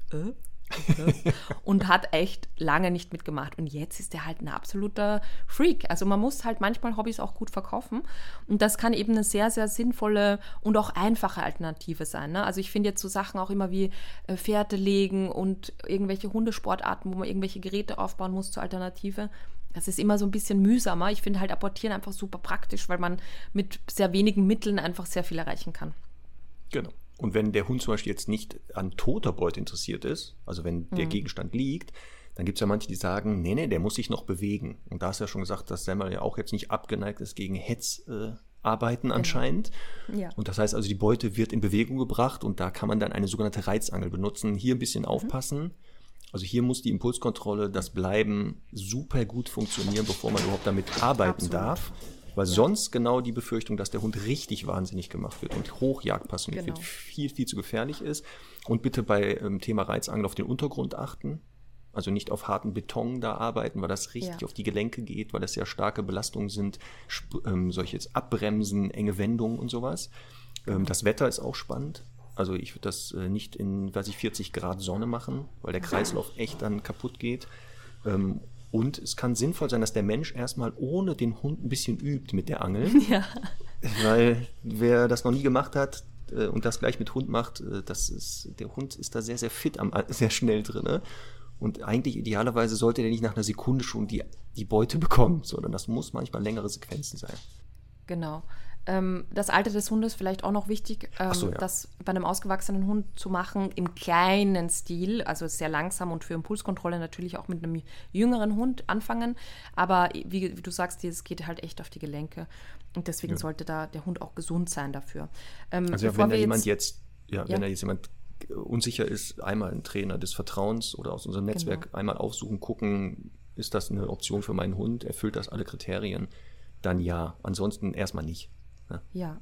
und hat echt lange nicht mitgemacht. Und jetzt ist er halt ein absoluter Freak. Also man muss halt manchmal Hobbys auch gut verkaufen. Und das kann eben eine sehr, sehr sinnvolle und auch einfache Alternative sein. Ne? Also ich finde jetzt so Sachen auch immer wie Fährte legen und irgendwelche Hundesportarten, wo man irgendwelche Geräte aufbauen muss zur Alternative. Das ist immer so ein bisschen mühsamer. Ich finde halt Apportieren einfach super praktisch, weil man mit sehr wenigen Mitteln einfach sehr viel erreichen kann. Genau. Und wenn der Hund zum Beispiel jetzt nicht an toter Beute interessiert ist, also wenn der Gegenstand liegt, dann gibt es ja manche, die sagen, nee, der muss sich noch bewegen. Und da hast du ja schon gesagt, dass Semmel ja auch jetzt nicht abgeneigt ist gegen Hetzarbeiten anscheinend. Ja. Und das heißt also, die Beute wird in Bewegung gebracht und da kann man dann eine sogenannte Reizangel benutzen. Hier ein bisschen aufpassen. Also hier muss die Impulskontrolle, das Bleiben super gut funktionieren, bevor man überhaupt damit arbeiten darf. Weil sonst genau die Befürchtung, dass der Hund richtig wahnsinnig gemacht wird und Hochjagd passioniert wird, viel, viel zu gefährlich ist. Und bitte bei Thema Reizangel auf den Untergrund achten. Also nicht auf harten Beton da arbeiten, weil das richtig auf die Gelenke geht, weil das sehr starke Belastungen sind. Solche jetzt Abbremsen, enge Wendungen und sowas. Das Wetter ist auch spannend. Also ich würde das nicht in, 40 Grad Sonne machen, weil der Kreislauf echt dann kaputt geht. Und es kann sinnvoll sein, dass der Mensch erstmal ohne den Hund ein bisschen übt mit der Angel. Ja. Weil wer das noch nie gemacht hat und das gleich mit Hund macht, der Hund ist da sehr, sehr fit, sehr schnell drin. Ne? Und eigentlich idealerweise sollte der nicht nach einer Sekunde schon die Beute bekommen, sondern das muss manchmal längere Sequenzen sein. Genau. Das Alter des Hundes vielleicht auch noch wichtig, das bei einem ausgewachsenen Hund zu machen im kleinen Stil, also sehr langsam und für Impulskontrolle natürlich auch mit einem jüngeren Hund anfangen, aber wie du sagst, es geht halt echt auf die Gelenke und deswegen sollte da der Hund auch gesund sein dafür. Also wenn da jemand jemand unsicher ist, einmal einen Trainer des Vertrauens oder aus unserem Netzwerk einmal aufsuchen, gucken, ist das eine Option für meinen Hund, erfüllt das alle Kriterien, dann ja, ansonsten erstmal nicht. Ja.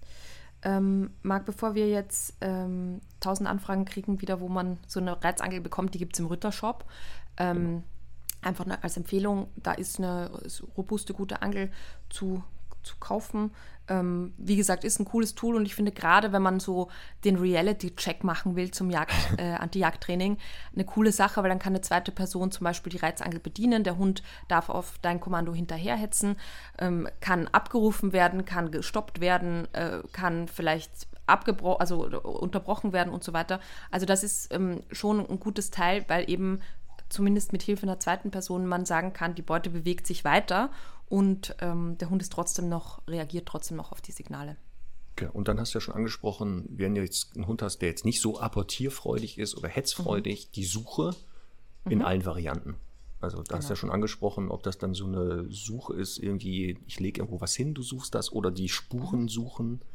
Marc, bevor wir jetzt 1000 Anfragen kriegen, wieder, wo man so eine Reizangel bekommt, die gibt es im Rittershop. Einfach als Empfehlung, da ist eine robuste, gute Angel zu kaufen. Wie gesagt, ist ein cooles Tool und ich finde gerade, wenn man so den Reality-Check machen will zum Anti-Jagd-Training, eine coole Sache, weil dann kann eine zweite Person zum Beispiel die Reizangel bedienen, der Hund darf auf dein Kommando hinterherhetzen, kann abgerufen werden, kann gestoppt werden, kann vielleicht unterbrochen werden und so weiter. Also das ist schon ein gutes Teil, weil eben zumindest mit Hilfe einer zweiten Person man sagen kann, die Beute bewegt sich weiter und der Hund reagiert trotzdem noch auf die Signale. Okay. Und dann hast du ja schon angesprochen, wenn du jetzt einen Hund hast, der jetzt nicht so apportierfreudig ist oder hetzfreudig, die Suche in allen Varianten. Also da hast du ja schon angesprochen, ob das dann so eine Suche ist, irgendwie, ich lege irgendwo was hin, du suchst das, oder die Spuren suchen.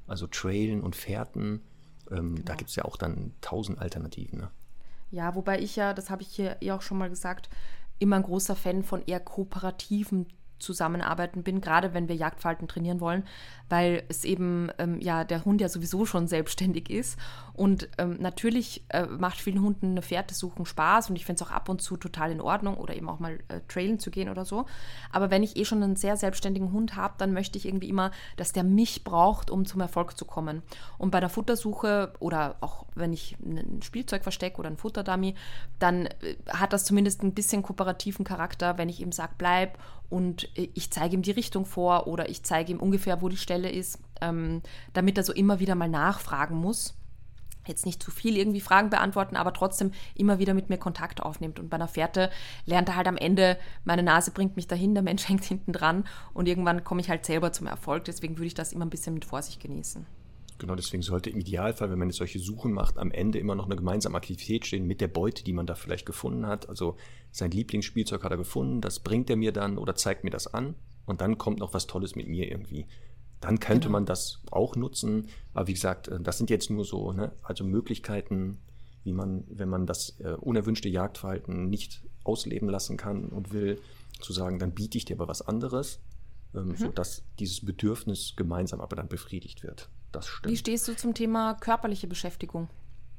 also Trailen und Fährten. Da gibt es ja auch dann 1000 Alternativen. Ne? Ja, wobei ich ja, das habe ich hier auch schon mal gesagt, immer ein großer Fan von eher kooperativen Zusammenarbeiten bin, gerade wenn wir Jagdverhalten trainieren wollen, weil es eben, der Hund ja sowieso schon selbstständig ist und natürlich macht vielen Hunden eine Fährte suchen Spaß und ich finde es auch ab und zu total in Ordnung oder eben auch mal trailen zu gehen oder so, aber wenn ich schon einen sehr selbstständigen Hund habe, dann möchte ich irgendwie immer, dass der mich braucht, um zum Erfolg zu kommen und bei der Futtersuche oder auch wenn ich ein Spielzeug verstecke oder ein Futterdummy, dann hat das zumindest ein bisschen kooperativen Charakter, wenn ich ihm sage, bleib und ich zeige ihm die Richtung vor oder ich zeige ihm ungefähr, wo die Stelle ist, damit er so immer wieder mal nachfragen muss. Jetzt nicht zu viel irgendwie Fragen beantworten, aber trotzdem immer wieder mit mir Kontakt aufnimmt. Und bei einer Fährte lernt er halt am Ende, meine Nase bringt mich dahin, der Mensch hängt hinten dran und irgendwann komme ich halt selber zum Erfolg. Deswegen würde ich das immer ein bisschen mit Vorsicht genießen. Genau, deswegen sollte im Idealfall, wenn man jetzt solche Suchen macht, am Ende immer noch eine gemeinsame Aktivität stehen mit der Beute, die man da vielleicht gefunden hat. Also sein Lieblingsspielzeug hat er gefunden, das bringt er mir dann oder zeigt mir das an und dann kommt noch was Tolles mit mir irgendwie. Dann könnte man das auch nutzen, aber wie gesagt, das sind jetzt nur so, also Möglichkeiten, wie man, wenn man das unerwünschte Jagdverhalten nicht ausleben lassen kann und will, zu sagen, dann biete ich dir aber was anderes, sodass dieses Bedürfnis gemeinsam aber dann befriedigt wird. Das stimmt. Wie stehst du zum Thema körperliche Beschäftigung?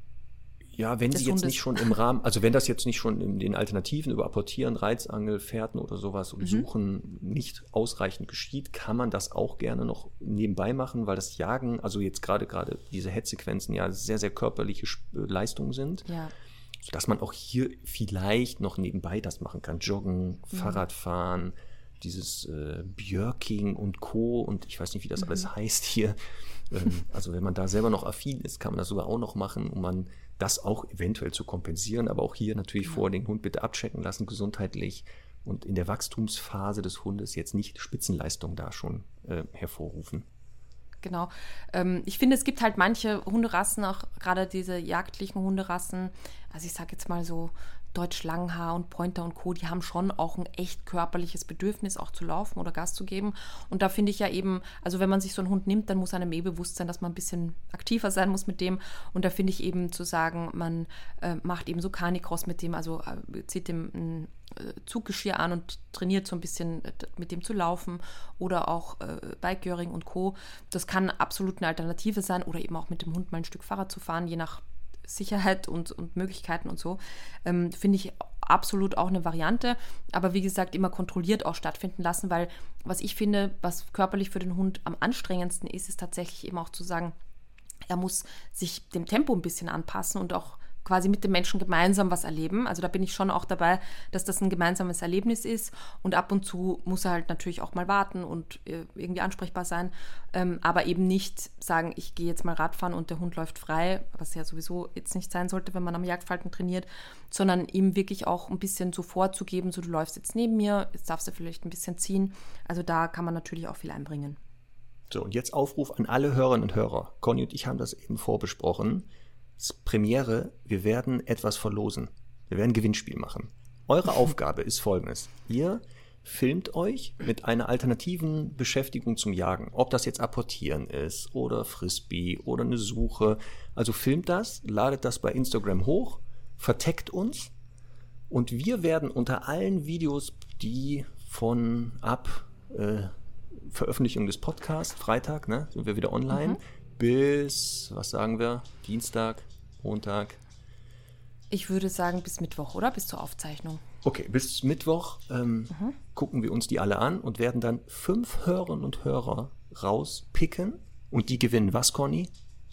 Ja, wenn sie jetzt nicht schon im Rahmen, also wenn das jetzt nicht schon in den Alternativen über Apportieren, Reizangel, Fährten oder sowas und Suchen nicht ausreichend geschieht, kann man das auch gerne noch nebenbei machen, weil das Jagen, also jetzt gerade diese Hetzsequenzen ja sehr, sehr körperliche Leistungen sind, sodass man auch hier vielleicht noch nebenbei das machen kann. Joggen, Fahrradfahren, dieses Björking und Co. und ich weiß nicht, wie das alles heißt hier. Also wenn man da selber noch affin ist, kann man das sogar auch noch machen, um man das auch eventuell zu kompensieren, aber auch hier natürlich vor den Hund bitte abchecken lassen, gesundheitlich und in der Wachstumsphase des Hundes jetzt nicht Spitzenleistung da schon hervorrufen. Genau. Ich finde, es gibt halt manche Hunderassen, auch gerade diese jagdlichen Hunderassen, also ich sage jetzt mal so Deutsch Langhaar und Pointer und Co., die haben schon auch ein echt körperliches Bedürfnis, auch zu laufen oder Gas zu geben. Und da finde ich ja eben, also wenn man sich so einen Hund nimmt, dann muss einem bewusst sein, dass man ein bisschen aktiver sein muss mit dem. Und da finde ich eben zu sagen, man macht eben so Canicross mit dem, also zieht dem ein Zuggeschirr an und trainiert so ein bisschen mit dem zu laufen oder auch Bikegöring und Co. Das kann absolut eine Alternative sein oder eben auch mit dem Hund mal ein Stück Fahrrad zu fahren, je nach Sicherheit und Möglichkeiten und so, finde ich absolut auch eine Variante, aber wie gesagt, immer kontrolliert auch stattfinden lassen, weil was ich finde, was körperlich für den Hund am anstrengendsten ist, ist tatsächlich eben auch zu sagen, er muss sich dem Tempo ein bisschen anpassen und auch quasi mit dem Menschen gemeinsam was erleben. Also da bin ich schon auch dabei, dass das ein gemeinsames Erlebnis ist und ab und zu muss er halt natürlich auch mal warten und irgendwie ansprechbar sein, aber eben nicht sagen, ich gehe jetzt mal Radfahren und der Hund läuft frei, was ja sowieso jetzt nicht sein sollte, wenn man am Jagdverhalten trainiert, sondern ihm wirklich auch ein bisschen so vorzugeben, so du läufst jetzt neben mir, jetzt darfst du vielleicht ein bisschen ziehen. Also da kann man natürlich auch viel einbringen. So, und jetzt Aufruf an alle Hörerinnen und Hörer. Conny und ich haben das eben vorbesprochen. Premiere, wir werden etwas verlosen. Wir werden ein Gewinnspiel machen. Eure Aufgabe ist folgendes. Ihr filmt euch mit einer alternativen Beschäftigung zum Jagen. Ob das jetzt Apportieren ist oder Frisbee oder eine Suche. Also filmt das, ladet das bei Instagram hoch, verteckt uns und wir werden unter allen Videos, die von ab Veröffentlichung des Podcasts, Freitag, sind wir wieder online, bis, was sagen wir, Dienstag, Montag? Ich würde sagen bis Mittwoch, oder? Bis zur Aufzeichnung. Okay, bis Mittwoch gucken wir uns die alle an und werden dann 5 Hörerinnen und Hörer rauspicken. Und die gewinnen was, Conny?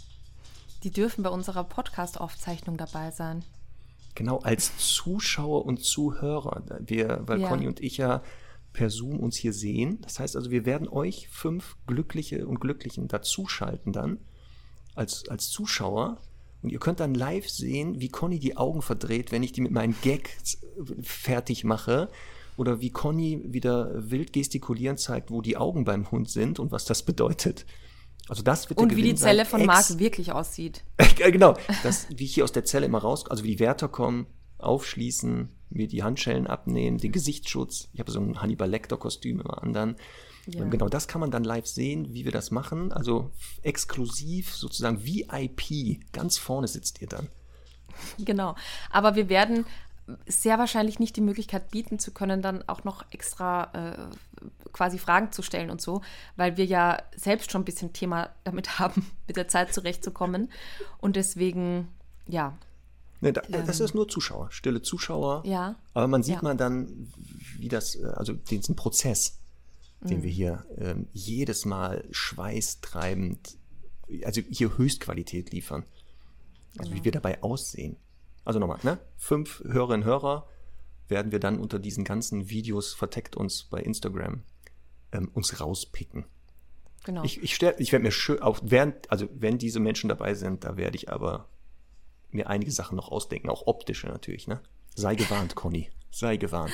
Die dürfen bei unserer Podcast-Aufzeichnung dabei sein. Genau, als Zuschauer und Zuhörer. Weil Conny und ich ja per Zoom uns hier sehen. Das heißt also, wir werden euch 5 Glückliche und Glücklichen dazuschalten dann als Zuschauer. Und ihr könnt dann live sehen, wie Conny die Augen verdreht, wenn ich die mit meinen Gags fertig mache. Oder wie Conny wieder wild gestikulierend zeigt, wo die Augen beim Hund sind und was das bedeutet. Also das wird der Gewinn sein. Und wie die Zelle von Marc wirklich aussieht. Genau, wie ich hier aus der Zelle immer raus, also wie die Wärter kommen, aufschließen, mir die Handschellen abnehmen, den Gesichtsschutz. Ich habe so ein Hannibal Lecter-Kostüm immer an dann. Ja. Und genau das kann man dann live sehen, wie wir das machen. Also exklusiv, sozusagen VIP. Ganz vorne sitzt ihr dann. Genau. Aber wir werden sehr wahrscheinlich nicht die Möglichkeit bieten zu können, dann auch noch extra quasi Fragen zu stellen und so, weil wir ja selbst schon ein bisschen Thema damit haben, mit der Zeit zurechtzukommen. Und deswegen, ja. Ne, das ist nur Zuschauer, stille Zuschauer. Ja. Aber man sieht man dann, wie das, also diesen Prozess, den wir hier jedes Mal schweißtreibend, also hier Höchstqualität liefern. Also wie wir dabei aussehen. Also nochmal, 5 Hörerinnen und Hörer werden wir dann unter diesen ganzen Videos verteckt uns bei Instagram uns rauspicken. Genau. Ich werde mir schön, auch wenn diese Menschen dabei sind, da werde ich aber mir einige Sachen noch ausdenken, auch optische natürlich, ne? Sei gewarnt, Conny, sei gewarnt.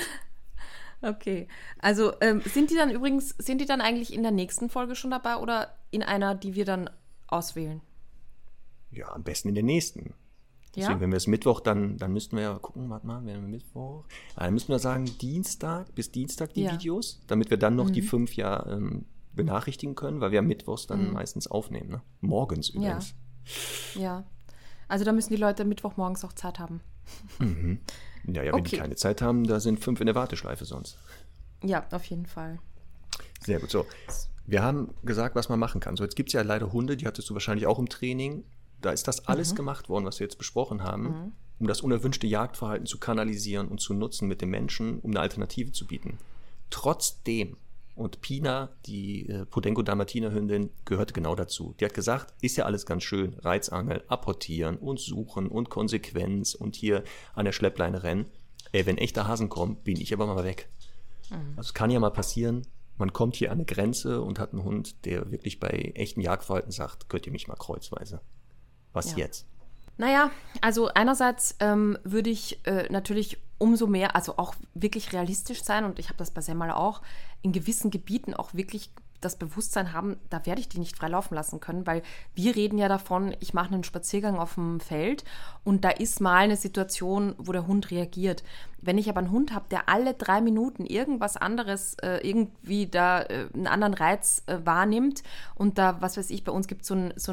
Okay, also sind die dann eigentlich in der nächsten Folge schon dabei oder in einer, die wir dann auswählen? Ja, am besten in der nächsten. Deswegen, Ja? wenn wir es Mittwoch, dann müssten wir ja gucken, warte mal, wenn wir Mittwoch, dann müssten wir sagen bis Dienstag die Videos, damit wir dann noch die 5 benachrichtigen können, weil wir Mittwochs dann meistens aufnehmen, ne? Morgens übrigens. Ja. Also da müssen die Leute mittwochmorgens auch Zeit haben. Mhm. Ja, wenn die keine Zeit haben, da sind 5 in der Warteschleife sonst. Ja, auf jeden Fall. Sehr gut, so. Wir haben gesagt, was man machen kann. So, jetzt gibt es ja leider Hunde, die hattest du wahrscheinlich auch im Training. Da ist das alles gemacht worden, was wir jetzt besprochen haben, um das unerwünschte Jagdverhalten zu kanalisieren und zu nutzen mit dem Menschen, um eine Alternative zu bieten. Trotzdem, und Pina, die Podenco-Dalmatiner-Hündin, gehörte genau dazu. Die hat gesagt, ist ja alles ganz schön, Reizangel, apportieren und suchen und Konsequenz und hier an der Schleppleine rennen. Wenn echter Hasen kommt, bin ich aber mal weg. Also es kann ja mal passieren, man kommt hier an eine Grenze und hat einen Hund, der wirklich bei echten Jagdverhalten sagt, könnt ihr mich mal kreuzweise. Was jetzt? Naja, also einerseits würde ich natürlich umso mehr, also auch wirklich realistisch sein und ich habe das bei Semmel auch, in gewissen Gebieten auch wirklich das Bewusstsein haben, da werde ich die nicht frei laufen lassen können, weil wir reden ja davon, ich mache einen Spaziergang auf dem Feld und da ist mal eine Situation, wo der Hund reagiert. Wenn ich aber einen Hund habe, der alle 3 Minuten irgendwas anderes, irgendwie da einen anderen Reiz wahrnimmt und da, was weiß ich, bei uns gibt es so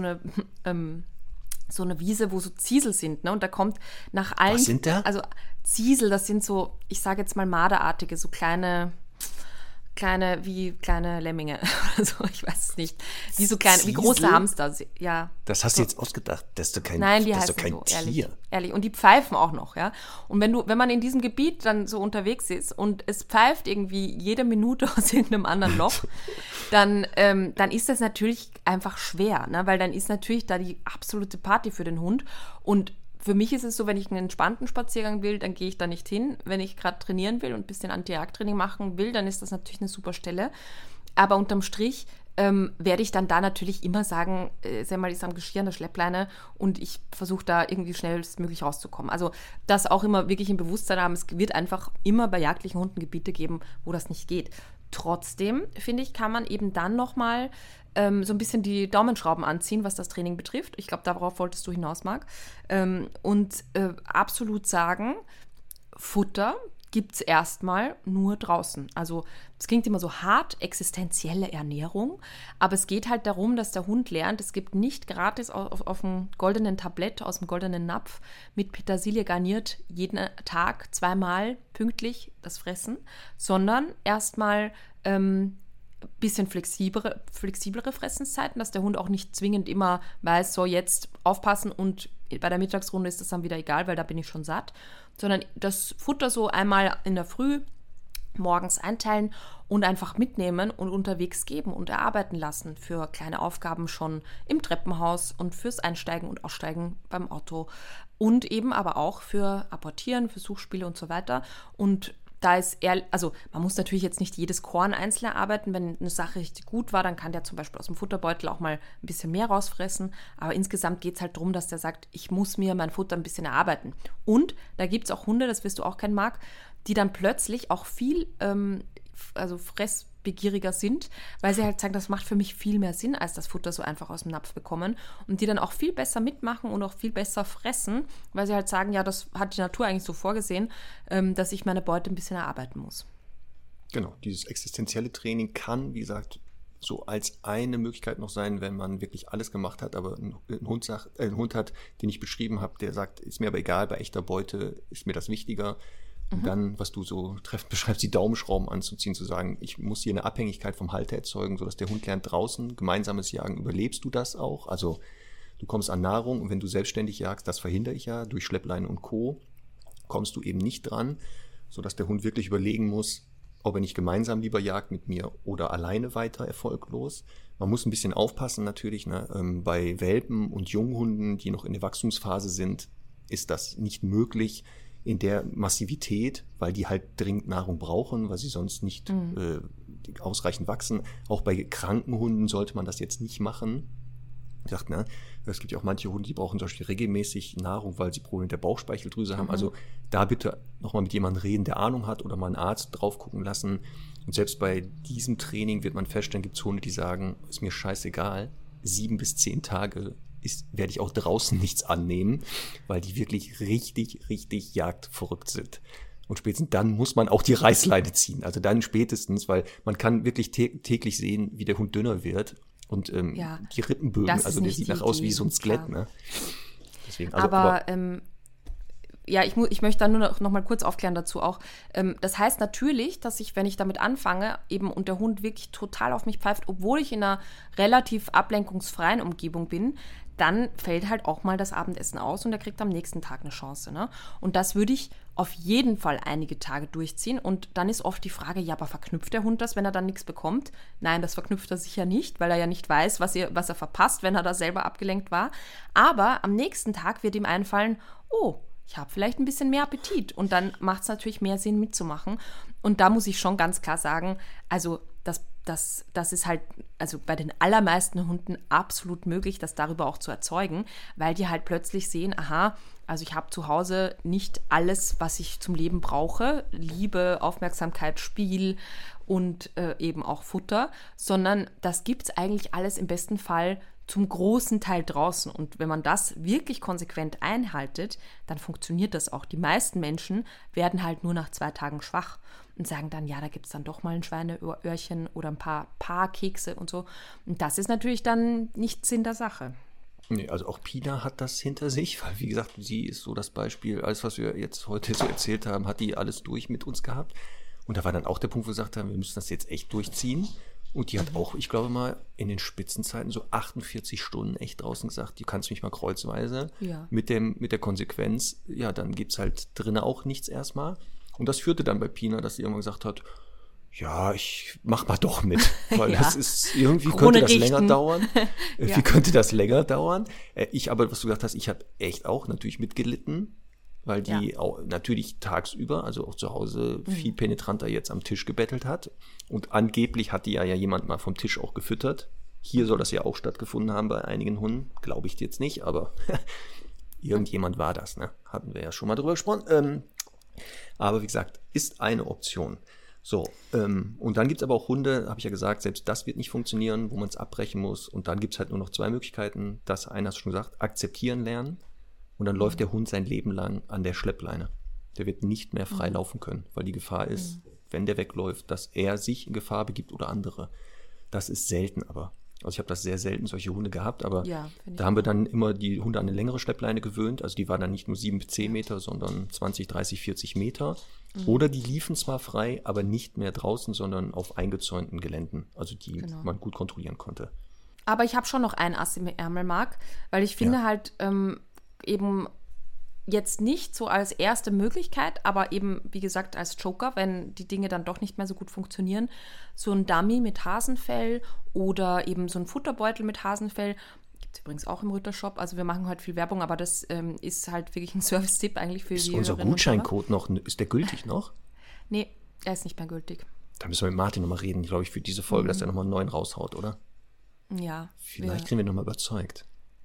eine Wiese, wo so Ziesel sind, ne? Und da kommt nach allen... Was sind da? Also Ziesel, das sind so, ich sage jetzt mal Marderartige, so kleine Lemminge oder so, ich weiß es nicht. Wie so kleine, wie große Hamster, ja. Das hast du jetzt ausgedacht, das ist doch kein, Nein, die das ist heißen doch kein so, Tier. Ehrlich. Und die pfeifen auch noch, ja. Und wenn man in diesem Gebiet dann so unterwegs ist und es pfeift irgendwie jede Minute aus irgendeinem anderen Loch, dann ist das natürlich einfach schwer, ne? Weil dann ist natürlich da die absolute Party für den Hund. Und für mich ist es so, wenn ich einen entspannten Spaziergang will, dann gehe ich da nicht hin. Wenn ich gerade trainieren will und ein bisschen Anti-Jagd-Training machen will, dann ist das natürlich eine super Stelle. Aber unterm Strich werde ich dann da natürlich immer sagen, Semmel ist am Geschirr an der Schleppleine und ich versuche da irgendwie schnellstmöglich rauszukommen. Also das auch immer wirklich im Bewusstsein haben, es wird einfach immer bei jagdlichen Hunden Gebiete geben, wo das nicht geht. Trotzdem, finde ich, kann man eben dann nochmal so ein bisschen die Daumenschrauben anziehen, was das Training betrifft. Ich glaube, darauf wolltest du hinaus, Marc. Und absolut sagen, Futter gibt es erstmal nur draußen. Also es klingt immer so hart, existenzielle Ernährung, aber es geht halt darum, dass der Hund lernt, es gibt nicht gratis auf dem goldenen Tablett aus dem goldenen Napf mit Petersilie garniert jeden Tag 2-mal pünktlich das Fressen, sondern erstmal bisschen flexiblere Fressenszeiten, dass der Hund auch nicht zwingend immer weiß, so jetzt aufpassen und bei der Mittagsrunde ist das dann wieder egal, weil da bin ich schon satt, sondern das Futter so einmal in der Früh morgens einteilen und einfach mitnehmen und unterwegs geben und erarbeiten lassen für kleine Aufgaben schon im Treppenhaus und fürs Einsteigen und Aussteigen beim Auto und eben aber auch für Apportieren, für Suchspiele und so weiter. Und da ist also man muss natürlich jetzt nicht jedes Korn einzeln erarbeiten. Wenn eine Sache richtig gut war, dann kann der zum Beispiel aus dem Futterbeutel auch mal ein bisschen mehr rausfressen. Aber insgesamt geht es halt darum, dass der sagt, ich muss mir mein Futter ein bisschen erarbeiten. Und da gibt es auch Hunde, das wirst du auch kennen, Marc, die dann plötzlich auch viel fressbegieriger sind, weil sie halt sagen, das macht für mich viel mehr Sinn, als das Futter so einfach aus dem Napf bekommen. Und die dann auch viel besser mitmachen und auch viel besser fressen, weil sie halt sagen, ja, das hat die Natur eigentlich so vorgesehen, dass ich meine Beute ein bisschen erarbeiten muss. Genau, dieses existenzielle Training kann, wie gesagt, so als eine Möglichkeit noch sein, wenn man wirklich alles gemacht hat, aber ein Hund hat, den ich beschrieben habe, der sagt, ist mir aber egal, bei echter Beute ist mir das wichtiger. Und dann, was du so treffend beschreibst, die Daumenschrauben anzuziehen, zu sagen, ich muss hier eine Abhängigkeit vom Halter erzeugen, sodass der Hund lernt, draußen gemeinsames Jagen, überlebst du das auch? Also du kommst an Nahrung und wenn du selbstständig jagst, das verhindere ich ja durch Schleppleine und Co., kommst du eben nicht dran, sodass der Hund wirklich überlegen muss, ob er nicht gemeinsam lieber jagt mit mir oder alleine weiter erfolglos. Man muss ein bisschen aufpassen natürlich, ne? Bei Welpen und Junghunden, die noch in der Wachstumsphase sind, ist das nicht möglich in der Massivität, weil die halt dringend Nahrung brauchen, weil sie sonst nicht ausreichend wachsen. Auch bei kranken Hunden sollte man das jetzt nicht machen. Ich dachte, ne, es gibt ja auch manche Hunde, die brauchen zum Beispiel regelmäßig Nahrung, weil sie Probleme mit der Bauchspeicheldrüse haben. Also da bitte nochmal mit jemandem reden, der Ahnung hat oder mal einen Arzt drauf gucken lassen. Und selbst bei diesem Training wird man feststellen, gibt es Hunde, die sagen, ist mir scheißegal, 7 bis 10 Tage werde ich auch draußen nichts annehmen, weil die wirklich richtig, richtig jagdverrückt sind. Und spätestens dann muss man auch die Reißleine ziehen. Also dann spätestens, weil man kann wirklich täglich sehen, wie der Hund dünner wird. Und die Rippenbögen, also der sieht nach aus wie so ein Skelett. Ne? Deswegen, also, ich möchte da nur noch mal kurz aufklären dazu auch. Das heißt natürlich, dass ich, wenn ich damit anfange, eben und der Hund wirklich total auf mich pfeift, obwohl ich in einer relativ ablenkungsfreien Umgebung bin, dann fällt halt auch mal das Abendessen aus und er kriegt am nächsten Tag eine Chance. Ne? Und das würde ich auf jeden Fall einige Tage durchziehen. Und dann ist oft die Frage, ja, aber verknüpft der Hund das, wenn er dann nichts bekommt? Nein, das verknüpft er sicher nicht, weil er ja nicht weiß, was er verpasst, wenn er da selber abgelenkt war. Aber am nächsten Tag wird ihm einfallen, oh, ich habe vielleicht ein bisschen mehr Appetit. Und dann macht es natürlich mehr Sinn, mitzumachen. Und da muss ich schon ganz klar sagen, also das ist halt, also bei den allermeisten Hunden absolut möglich, das darüber auch zu erzeugen, weil die halt plötzlich sehen, aha, also ich habe zu Hause nicht alles, was ich zum Leben brauche, Liebe, Aufmerksamkeit, Spiel und eben auch Futter, sondern das gibt es eigentlich alles im besten Fall zum großen Teil draußen. Und wenn man das wirklich konsequent einhaltet, dann funktioniert das auch. Die meisten Menschen werden halt nur nach 2 Tagen schwach und sagen dann, ja, da gibt es dann doch mal ein Schweineöhrchen oder ein paar Kekse und so. Und das ist natürlich dann nicht Sinn der Sache. Nee, also auch Pina hat das hinter sich, weil wie gesagt, sie ist so das Beispiel, alles was wir jetzt heute so erzählt haben, hat die alles durch mit uns gehabt. Und da war dann auch der Punkt, wo wir gesagt haben, wir müssen das jetzt echt durchziehen. Und die hat auch, ich glaube mal, in den Spitzenzeiten so 48 Stunden echt draußen gesagt, du kannst mich mal kreuzweise mit der Konsequenz, ja, dann gibt es halt drinnen auch nichts erstmal. Und das führte dann bei Pina, dass sie irgendwann gesagt hat, ja, ich mach mal doch mit, weil das ist, irgendwie könnte das länger dauern. Wie könnte das länger dauern? Ich aber, was du gesagt hast, ich habe echt auch natürlich mitgelitten, weil die auch natürlich tagsüber, also auch zu Hause, viel penetranter jetzt am Tisch gebettelt hat. Und angeblich hat die ja jemand mal vom Tisch auch gefüttert. Hier soll das ja auch stattgefunden haben bei einigen Hunden. Glaube ich jetzt nicht, aber irgendjemand war das, ne? Hatten wir ja schon mal drüber gesprochen. Aber wie gesagt, ist eine Option. So, und dann gibt es aber auch Hunde, habe ich ja gesagt, selbst das wird nicht funktionieren, wo man es abbrechen muss. Und dann gibt es halt nur noch 2 Möglichkeiten. Das eine hast du schon gesagt, akzeptieren lernen. Und dann läuft der Hund sein Leben lang an der Schleppleine. Der wird nicht mehr frei laufen können, weil die Gefahr ist, wenn der wegläuft, dass er sich in Gefahr begibt oder andere. Das ist selten aber. Also ich habe das sehr selten, solche Hunde gehabt, aber da haben wir dann immer die Hunde an eine längere Schleppleine gewöhnt. Also die waren dann nicht nur 7 bis 10 Meter, sondern 20, 30, 40 Meter. Oder die liefen zwar frei, aber nicht mehr draußen, sondern auf eingezäunten Geländen, also die man gut kontrollieren konnte. Aber ich habe schon noch ein Ass im Ärmel, Marc, weil ich finde halt eben jetzt nicht so als erste Möglichkeit, aber eben, wie gesagt, als Joker, wenn die Dinge dann doch nicht mehr so gut funktionieren, so ein Dummy mit Hasenfell oder eben so ein Futterbeutel mit Hasenfell, gibt es übrigens auch im Rittershop, also wir machen heute viel Werbung, aber das ist halt wirklich ein Service-Tipp eigentlich für die Ist unser Gutscheincode noch, ist der gültig noch? Nee, er ist nicht mehr gültig. Da müssen wir mit Martin nochmal reden, glaube ich, für diese Folge, dass er nochmal einen neuen raushaut, oder? Ja. Vielleicht kriegen wir nochmal überzeugt.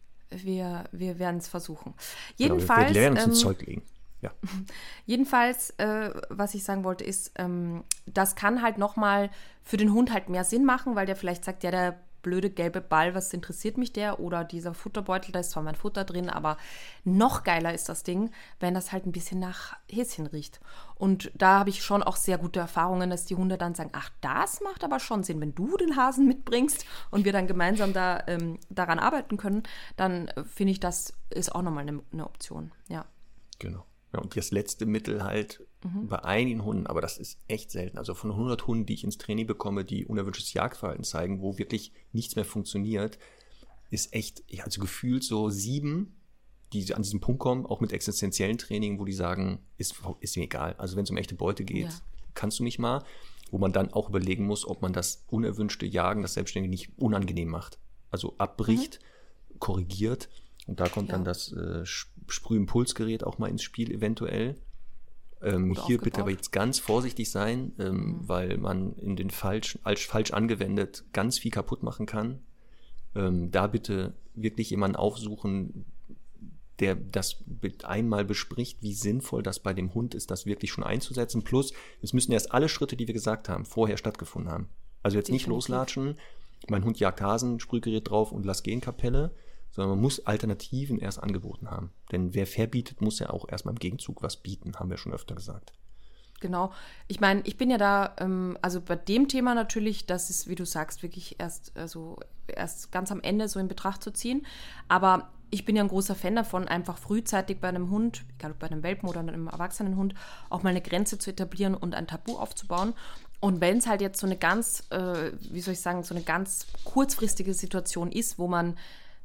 Wir werden es versuchen. Jedenfalls, wir lernen uns ins Zeug legen. Ja. Jedenfalls, was ich sagen wollte, ist, das kann halt nochmal für den Hund halt mehr Sinn machen, weil der vielleicht sagt, ja, der blöde gelbe Ball, was interessiert mich der? Oder dieser Futterbeutel, da ist zwar mein Futter drin, aber noch geiler ist das Ding, wenn das halt ein bisschen nach Häschen riecht. Und da habe ich schon auch sehr gute Erfahrungen, dass die Hunde dann sagen, ach, das macht aber schon Sinn, wenn du den Hasen mitbringst und wir dann gemeinsam daran arbeiten können, dann finde ich, das ist auch nochmal eine Option, ja. Genau. Ja, und das letzte Mittel halt bei einigen Hunden, aber das ist echt selten. Also von 100 Hunden, die ich ins Training bekomme, die unerwünschtes Jagdverhalten zeigen, wo wirklich nichts mehr funktioniert, ist echt, also gefühlt so 7, die an diesen Punkt kommen, auch mit existenziellen Training, wo die sagen, ist mir egal. Also wenn es um echte Beute geht, kannst du mich mal, wo man dann auch überlegen muss, ob man das unerwünschte Jagen, das Selbstständige nicht unangenehm macht. Also abbricht, korrigiert. Und da kommt dann das Sprühimpulsgerät auch mal ins Spiel eventuell. Hier bitte aber jetzt ganz vorsichtig sein, weil man in den falsch angewendet ganz viel kaputt machen kann. Da bitte wirklich jemanden aufsuchen, der das einmal bespricht, wie sinnvoll das bei dem Hund ist, das wirklich schon einzusetzen. Plus, es müssen erst alle Schritte, die wir gesagt haben, vorher stattgefunden haben. Also jetzt nicht loslatschen, mein Hund jagt Hasen, Sprühgerät drauf und lass gehen Kapelle, sondern man muss Alternativen erst angeboten haben. Denn wer verbietet, muss ja auch erstmal im Gegenzug was bieten, haben wir schon öfter gesagt. Genau. Ich meine, ich bin ja da, also bei dem Thema natürlich, das ist, wie du sagst, wirklich erst ganz am Ende so in Betracht zu ziehen. Aber ich bin ja ein großer Fan davon, einfach frühzeitig bei einem Hund, egal ob bei einem Welpen oder einem erwachsenen Hund, auch mal eine Grenze zu etablieren und ein Tabu aufzubauen. Und wenn es halt jetzt so eine ganz, so eine ganz kurzfristige Situation ist, wo man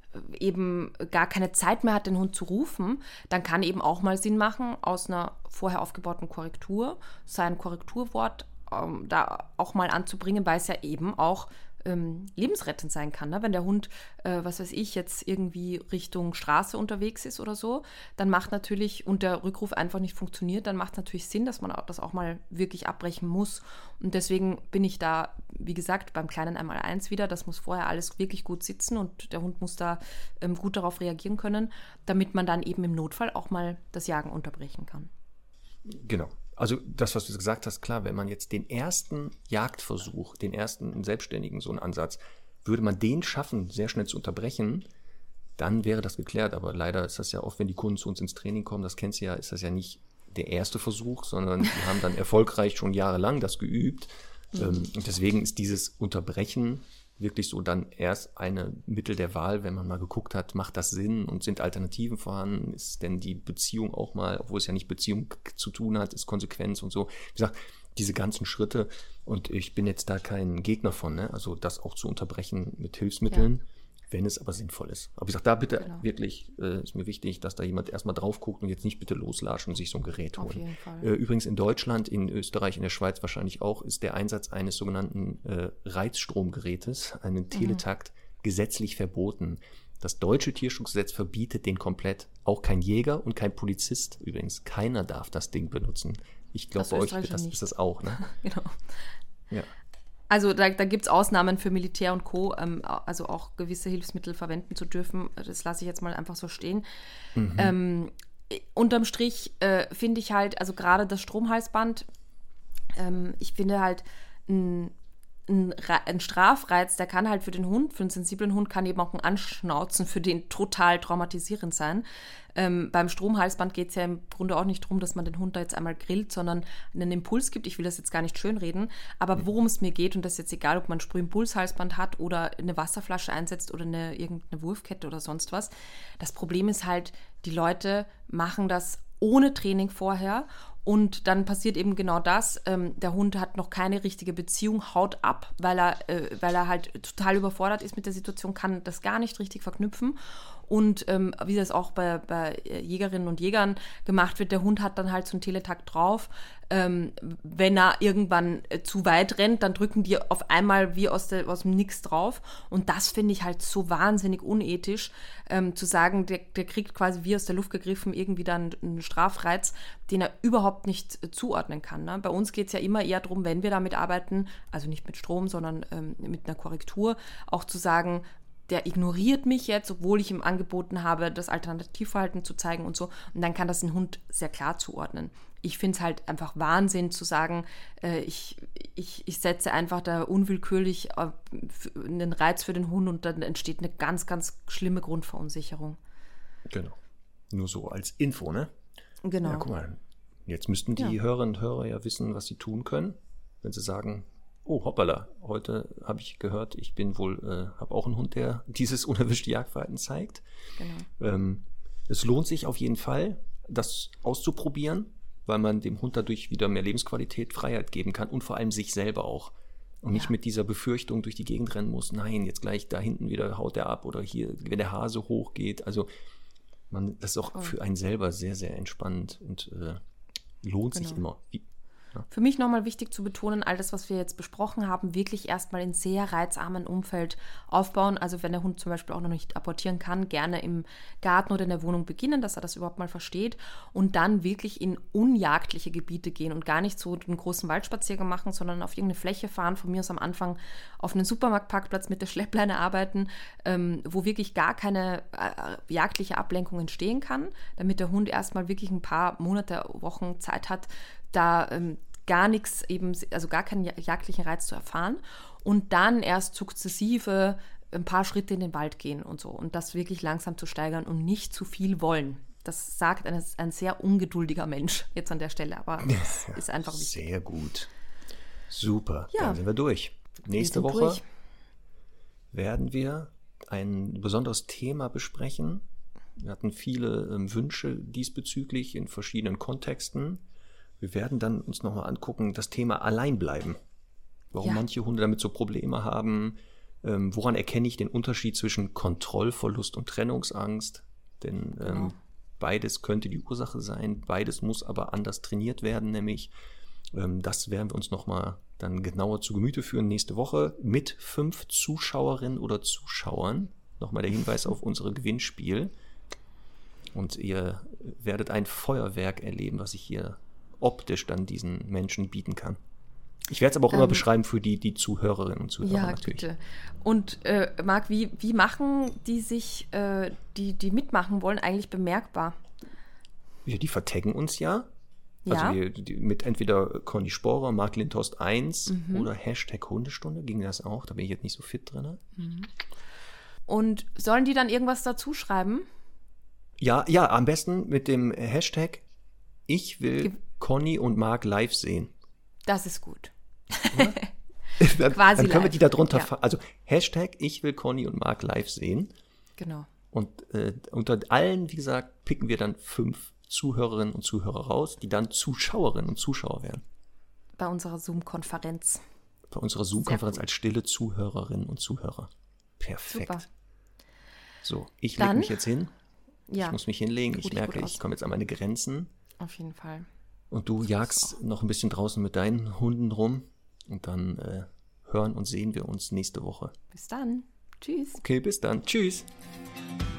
eben gar keine Zeit mehr hat, den Hund zu rufen, dann kann eben auch mal Sinn machen, aus einer vorher aufgebauten Korrektur sein Korrekturwort da auch mal anzubringen, weil es ja eben auch lebensrettend sein kann. Ne? Wenn der Hund, was weiß ich, jetzt irgendwie Richtung Straße unterwegs ist oder so, dann macht natürlich, und der Rückruf einfach nicht funktioniert, dann macht es natürlich Sinn, dass man das auch mal wirklich abbrechen muss. Und deswegen bin ich da, wie gesagt, beim kleinen 1x1 wieder, das muss vorher alles wirklich gut sitzen und der Hund muss da gut darauf reagieren können, damit man dann eben im Notfall auch mal das Jagen unterbrechen kann. Genau. Also das, was du gesagt hast, klar, wenn man jetzt den ersten Jagdversuch, den ersten selbstständigen so einen Ansatz, würde man den schaffen, sehr schnell zu unterbrechen, dann wäre das geklärt. Aber leider ist das ja oft, wenn die Kunden zu uns ins Training kommen, das kennst du ja, ist das ja nicht der erste Versuch, sondern die haben dann erfolgreich schon jahrelang das geübt. Und deswegen ist dieses Unterbrechen wirklich so dann erst eine Mittel der Wahl, wenn man mal geguckt hat, macht das Sinn und sind Alternativen vorhanden, ist denn die Beziehung auch mal, obwohl es ja nicht Beziehung zu tun hat, ist Konsequenz und so. Wie gesagt, diese ganzen Schritte und ich bin jetzt da kein Gegner von, ne? Also das auch zu unterbrechen mit Hilfsmitteln, wenn es aber sinnvoll ist. Aber wie gesagt, da bitte wirklich ist mir wichtig, dass da jemand erstmal drauf guckt und jetzt nicht bitte loslatschen und sich so ein Gerät holen. Auf jeden Fall. Übrigens in Deutschland, in Österreich, in der Schweiz wahrscheinlich auch, ist der Einsatz eines sogenannten Reizstromgerätes, einen Teletakt, gesetzlich verboten. Das deutsche Tierschutzgesetz verbietet den komplett. Auch kein Jäger und kein Polizist übrigens. Keiner darf das Ding benutzen. Ich glaube, bei euch ist das auch, ne? Genau. Ja. Also da gibt es Ausnahmen für Militär und Co., also auch gewisse Hilfsmittel verwenden zu dürfen. Das lasse ich jetzt mal einfach so stehen. Unterm Strich finde ich halt, also gerade das Stromhalsband, ich finde halt ein Strafreiz, der kann halt für den Hund, für einen sensiblen Hund, kann eben auch ein Anschnauzen für den total traumatisierend sein. Beim Stromhalsband geht es ja im Grunde auch nicht darum, dass man den Hund da jetzt einmal grillt, sondern einen Impuls gibt. Ich will das jetzt gar nicht schönreden, aber worum es mir geht, und das ist jetzt egal, ob man ein Sprühimpulshalsband hat oder eine Wasserflasche einsetzt oder irgendeine Wurfkette oder sonst was. Das Problem ist halt, die Leute machen das ohne Training vorher. Und dann passiert eben genau das, der Hund hat noch keine richtige Beziehung, haut ab, weil er halt total überfordert ist mit der Situation, kann das gar nicht richtig verknüpfen. Und wie das auch bei Jägerinnen und Jägern gemacht wird, der Hund hat dann halt so einen Teletakt drauf. Wenn er irgendwann zu weit rennt, dann drücken die auf einmal wie aus dem Nix drauf. Und das finde ich halt so wahnsinnig unethisch, zu sagen, der kriegt quasi wie aus der Luft gegriffen irgendwie dann einen Strafreiz, den er überhaupt nicht zuordnen kann. Ne? Bei uns geht es ja immer eher darum, wenn wir damit arbeiten, also nicht mit Strom, sondern mit einer Korrektur, auch zu sagen, der ignoriert mich jetzt, obwohl ich ihm angeboten habe, das Alternativverhalten zu zeigen und so. Und dann kann das ein Hund sehr klar zuordnen. Ich finde es halt einfach Wahnsinn zu sagen, ich setze einfach da unwillkürlich einen Reiz für den Hund und dann entsteht eine ganz, ganz schlimme Grundverunsicherung. Genau. Nur so als Info, ne? Genau. Ja, guck mal, jetzt müssten die Hörerinnen und Hörer ja wissen, was sie tun können, wenn sie sagen, oh, hoppala, heute habe ich gehört, ich bin wohl, habe auch einen Hund, der dieses unerwünschte Jagdverhalten zeigt. Genau. Es lohnt sich auf jeden Fall, das auszuprobieren, weil man dem Hund dadurch wieder mehr Lebensqualität, Freiheit geben kann und vor allem sich selber auch. Und nicht mit dieser Befürchtung durch die Gegend rennen muss, nein, jetzt gleich da hinten wieder haut der ab oder hier, wenn der Hase hochgeht. Also das ist auch für einen selber sehr, sehr entspannend und lohnt sich immer. Für mich nochmal wichtig zu betonen, all das, was wir jetzt besprochen haben, wirklich erstmal in sehr reizarmen Umfeld aufbauen. Also wenn der Hund zum Beispiel auch noch nicht apportieren kann, gerne im Garten oder in der Wohnung beginnen, dass er das überhaupt mal versteht und dann wirklich in unjagdliche Gebiete gehen und gar nicht so einen großen Waldspaziergang machen, sondern auf irgendeine Fläche fahren, von mir aus am Anfang auf einen Supermarktparkplatz mit der Schleppleine arbeiten, wo wirklich gar keine jagdliche Ablenkung entstehen kann, damit der Hund erstmal wirklich ein paar Monate, Wochen Zeit hat, da gar nichts eben, also gar keinen jagdlichen Reiz zu erfahren und dann erst sukzessive ein paar Schritte in den Wald gehen und so und das wirklich langsam zu steigern und nicht zu viel wollen. Das sagt ein sehr ungeduldiger Mensch jetzt an der Stelle, aber das ist einfach wichtig. Sehr gut. Super, ja. Dann sind wir durch. Nächste Woche werden wir ein besonderes Thema besprechen. Wir hatten viele Wünsche diesbezüglich in verschiedenen Kontexten. Wir werden dann uns nochmal angucken, das Thema Alleinbleiben. Warum manche Hunde damit so Probleme haben. Woran erkenne ich den Unterschied zwischen Kontrollverlust und Trennungsangst? Denn beides könnte die Ursache sein. Beides muss aber anders trainiert werden, nämlich. Das werden wir uns nochmal dann genauer zu Gemüte führen nächste Woche mit 5 Zuschauerinnen oder Zuschauern. Nochmal der Hinweis auf unser Gewinnspiel. Und ihr werdet ein Feuerwerk erleben, was ich hier optisch dann diesen Menschen bieten kann. Ich werde es aber auch immer beschreiben für die Zuhörerinnen und Zuhörer natürlich. Ja, bitte. Und Marc, wie machen die sich, die mitmachen wollen, eigentlich bemerkbar? Ja, die vertaggen uns ja. Also mit entweder Conny Sporer, Marc Lindhorst 1 oder Hashtag Hundestunde, ging das auch, da bin ich jetzt nicht so fit drin. Und sollen die dann irgendwas dazu schreiben? Ja, am besten mit dem Hashtag Ich will Conny und Marc live sehen. Das ist gut. dann Quasi können wir live. die da drunter, also Hashtag Ich will Conny und Marc live sehen. Genau. Und unter allen, wie gesagt, picken wir dann 5 Zuhörerinnen und Zuhörer raus, die dann Zuschauerinnen und Zuschauer werden. Bei unserer Zoom-Konferenz. Bei unserer Zoom-Konferenz als stille Zuhörerinnen und Zuhörer. Perfekt. Super. So, ich lege mich jetzt hin. Ja. Ich muss mich hinlegen. Ich merke, ich komme jetzt an meine Grenzen. Auf jeden Fall. Und du jagst noch ein bisschen draußen mit deinen Hunden rum. Und dann hören und sehen wir uns nächste Woche. Bis dann. Tschüss. Okay, bis dann. Tschüss.